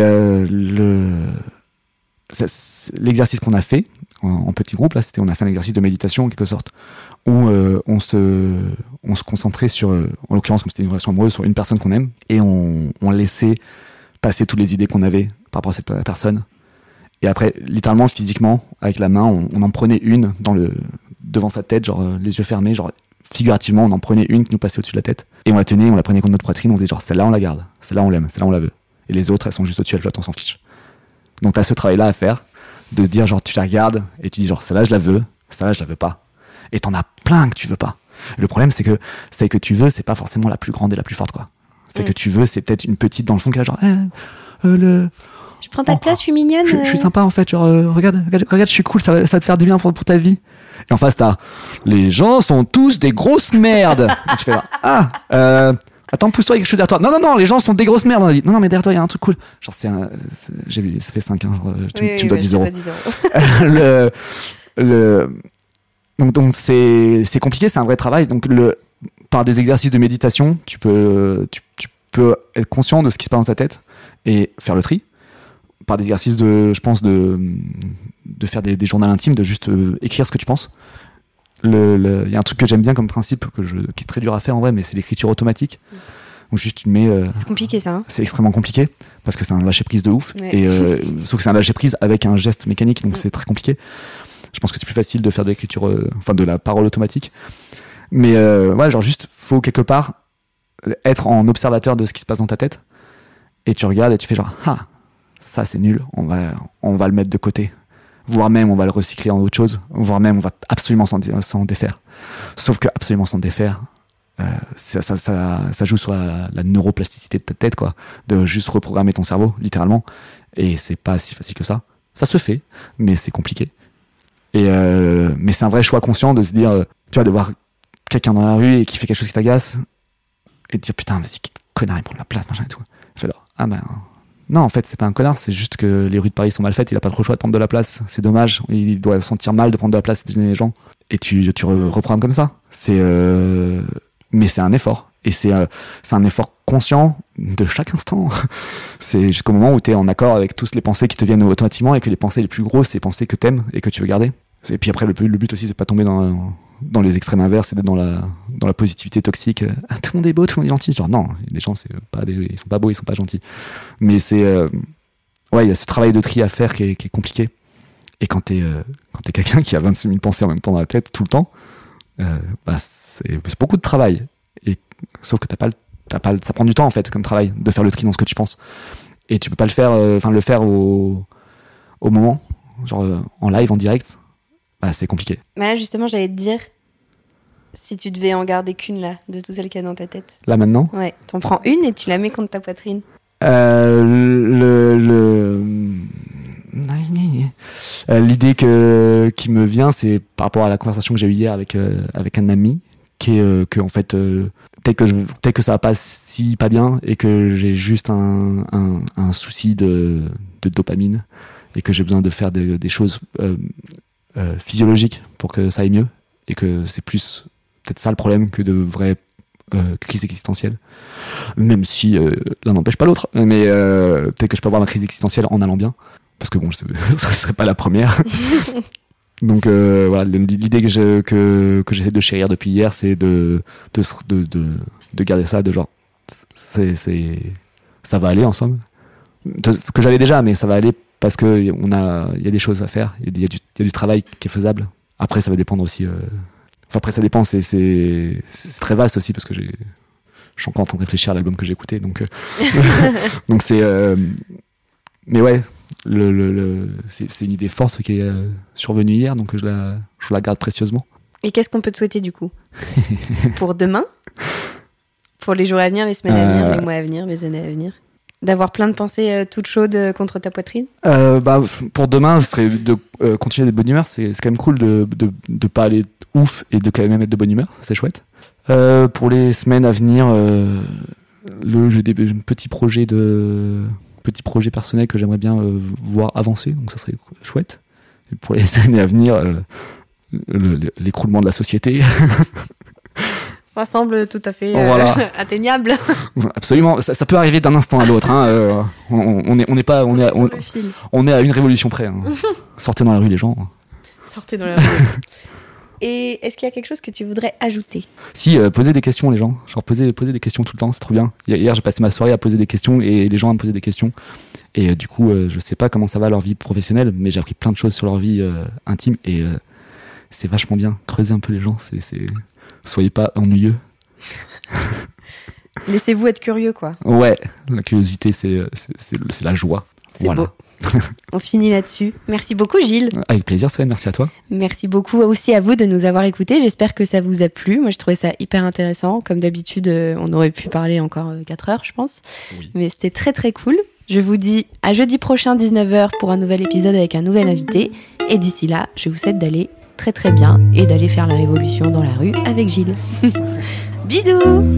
l'exercice qu'on a fait en petit groupe, là, on a fait un exercice de méditation en quelque sorte, où on se concentrait sur, en l'occurrence, comme c'était une relation amoureuse, sur une personne qu'on aime, et on laissait passer toutes les idées qu'on avait par rapport à cette personne. Et après, littéralement, physiquement, avec la main, on en prenait une devant sa tête, genre les yeux fermés, genre figurativement, on en prenait une qui nous passait au-dessus de la tête, et on la tenait, on la prenait contre notre poitrine, on disait genre celle-là on la garde, celle-là on l'aime, celle-là on la veut, et les autres elles sont juste au-dessus, elles flottent, on s'en fiche. Donc t'as ce travail-là à faire, de se dire genre tu la regardes et tu dis genre celle-là je la veux, celle-là je la veux pas, et t'en as plein que tu veux pas. Et le problème c'est que celle que tu veux c'est pas forcément la plus grande et la plus forte quoi. Celle que tu veux c'est peut-être une petite dans le fond qui est là, genre je prends ta place, je suis mignonne. Je suis sympa en fait, genre regarde, je suis cool, ça va te faire du bien pour ta vie. Et en face t'as les gens sont tous des grosses merdes. Et tu fais attends, pousse-toi, il y a quelque chose derrière toi. Non, les gens sont des grosses merdes. On a dit, non, mais derrière toi, il y a un truc cool. Genre, j'ai vu, ça fait 5, hein, tu me dois 10 euros. Donc c'est compliqué, c'est un vrai travail. Donc, par des exercices de méditation, tu peux être conscient de ce qui se passe dans ta tête et faire le tri. Par des exercices je pense, de faire des journaux intimes, de juste écrire ce que tu penses. Il y a un truc que j'aime bien comme principe qui est très dur à faire en vrai, mais c'est l'écriture automatique. où juste tu te mets. C'est compliqué ça. Hein. C'est extrêmement compliqué parce que c'est un lâcher prise de ouf. Ouais. Et sauf que c'est un lâcher prise avec un geste mécanique, donc c'est très compliqué. Je pense que c'est plus facile de faire de l'écriture, de la parole automatique. Mais ouais, genre juste, faut quelque part être en observateur de ce qui se passe dans ta tête. Et tu regardes et tu fais genre, ah, ça c'est nul, on va le mettre de côté. Voire même, on va le recycler en autre chose. Voire même, on va absolument s'en défaire. Sauf que absolument s'en défaire, ça joue sur la neuroplasticité de ta tête, quoi. De juste reprogrammer ton cerveau, littéralement. Et c'est pas si facile que ça. Ça se fait, mais c'est compliqué. Mais c'est un vrai choix conscient de se dire, tu vois, de voir quelqu'un dans la rue et qui fait quelque chose qui t'agace et de dire putain, mais c'est qui connard, il prend de la place, machin et tout. Je fais alors, ah ben non, en fait, c'est pas un connard, c'est juste que les rues de Paris sont mal faites, il a pas trop le choix de prendre de la place, c'est dommage, il doit se sentir mal de prendre de la place et de gêner les gens. Et tu reprogrammes comme ça. Mais c'est un effort. Et c'est un effort conscient de chaque instant. C'est jusqu'au moment où tu es en accord avec toutes les pensées qui te viennent automatiquement et que les pensées les plus grosses, c'est les pensées que t'aimes et que tu veux garder. Et puis après, le but aussi, c'est pas tomber dans les extrêmes inverses et d'être dans la positivité toxique. Ah, tout le monde est beau, tout le monde est gentil. Genre, non, les gens, ils sont pas beaux, ils sont pas gentils. Mais ouais, il y a ce travail de tri à faire qui est compliqué. Et quand t'es quelqu'un qui a 26 000 pensées en même temps dans la tête, tout le temps, c'est beaucoup de travail. Sauf que ça prend du temps, en fait, comme travail, de faire le tri dans ce que tu penses. Et tu peux pas le faire, le faire au moment, genre en live, en direct. C'est compliqué. Bah justement, j'allais te dire, si tu devais en garder qu'une là, de tout celles qu'il y a dans ta tête. Là maintenant ? Ouais, t'en prends une et tu la mets contre ta poitrine. L'idée qui me vient, c'est par rapport à la conversation que j'ai eue hier avec un ami, qui est que en fait, peut-être que ça va pas pas bien et que j'ai juste un souci de dopamine et que j'ai besoin de faire des choses physiologiques pour que ça aille mieux et que c'est plus peut-être ça le problème que de vraies crises existentielles, même si l'un n'empêche pas l'autre, mais peut-être que je peux avoir ma crise existentielle en allant bien, parce que bon, ce serait pas la première. Donc voilà, l'idée que j'essaie de chérir depuis hier, c'est de garder ça, de genre ça va aller en somme, que j'avais déjà, mais ça va aller parce que il y a des choses à faire, il y a du travail qui est faisable. Après, ça va dépendre aussi. Après, ça dépend. C'est très vaste aussi parce que je suis encore en train de réfléchir à l'album que j'ai écouté, donc donc c'est. Mais ouais, c'est une idée forte qui est survenue hier, donc je la garde précieusement. Et qu'est-ce qu'on peut te souhaiter du coup pour demain, pour les jours à venir, les semaines à venir, les mois à venir, les années à venir? D'avoir plein de pensées toutes chaudes contre ta poitrine? Pour demain, ce serait de continuer d'être de bonne humeur. C'est quand même cool de pas aller ouf et de quand même être de bonne humeur. C'est chouette. Pour les semaines à venir, j'ai des petits projets personnels que j'aimerais bien voir avancer. Donc ça serait chouette. Et pour les années à venir, l'écroulement de la société. Ça semble tout à fait atteignable. Absolument, ça peut arriver d'un instant à l'autre. Hein. On est à une révolution près. Hein. Sortez dans la rue, les gens. Sortez dans la rue. Et est-ce qu'il y a quelque chose que tu voudrais ajouter? Si, poser des questions, les gens. Genre poser des questions tout le temps, c'est trop bien. Hier, j'ai passé ma soirée à poser des questions et les gens à me poser des questions. Et du coup, je sais pas comment ça va leur vie professionnelle, mais j'ai appris plein de choses sur leur vie intime et c'est vachement bien. Creusez un peu les gens, soyez pas ennuyeux. Laissez-vous être curieux, quoi. Ouais, la curiosité, c'est la joie. C'est beau. On finit là-dessus. Merci beaucoup, Gilles. Avec plaisir, Sven, merci à toi. Merci beaucoup aussi à vous de nous avoir écoutés. J'espère que ça vous a plu. Moi, je trouvais ça hyper intéressant. Comme d'habitude, on aurait pu parler encore 4 heures, je pense. Oui. Mais c'était très, très cool. Je vous dis à jeudi prochain, 19h, pour un nouvel épisode avec un nouvel invité. Et d'ici là, je vous souhaite d'aller très, très bien et d'aller faire la révolution dans la rue avec Gilles. Bisous!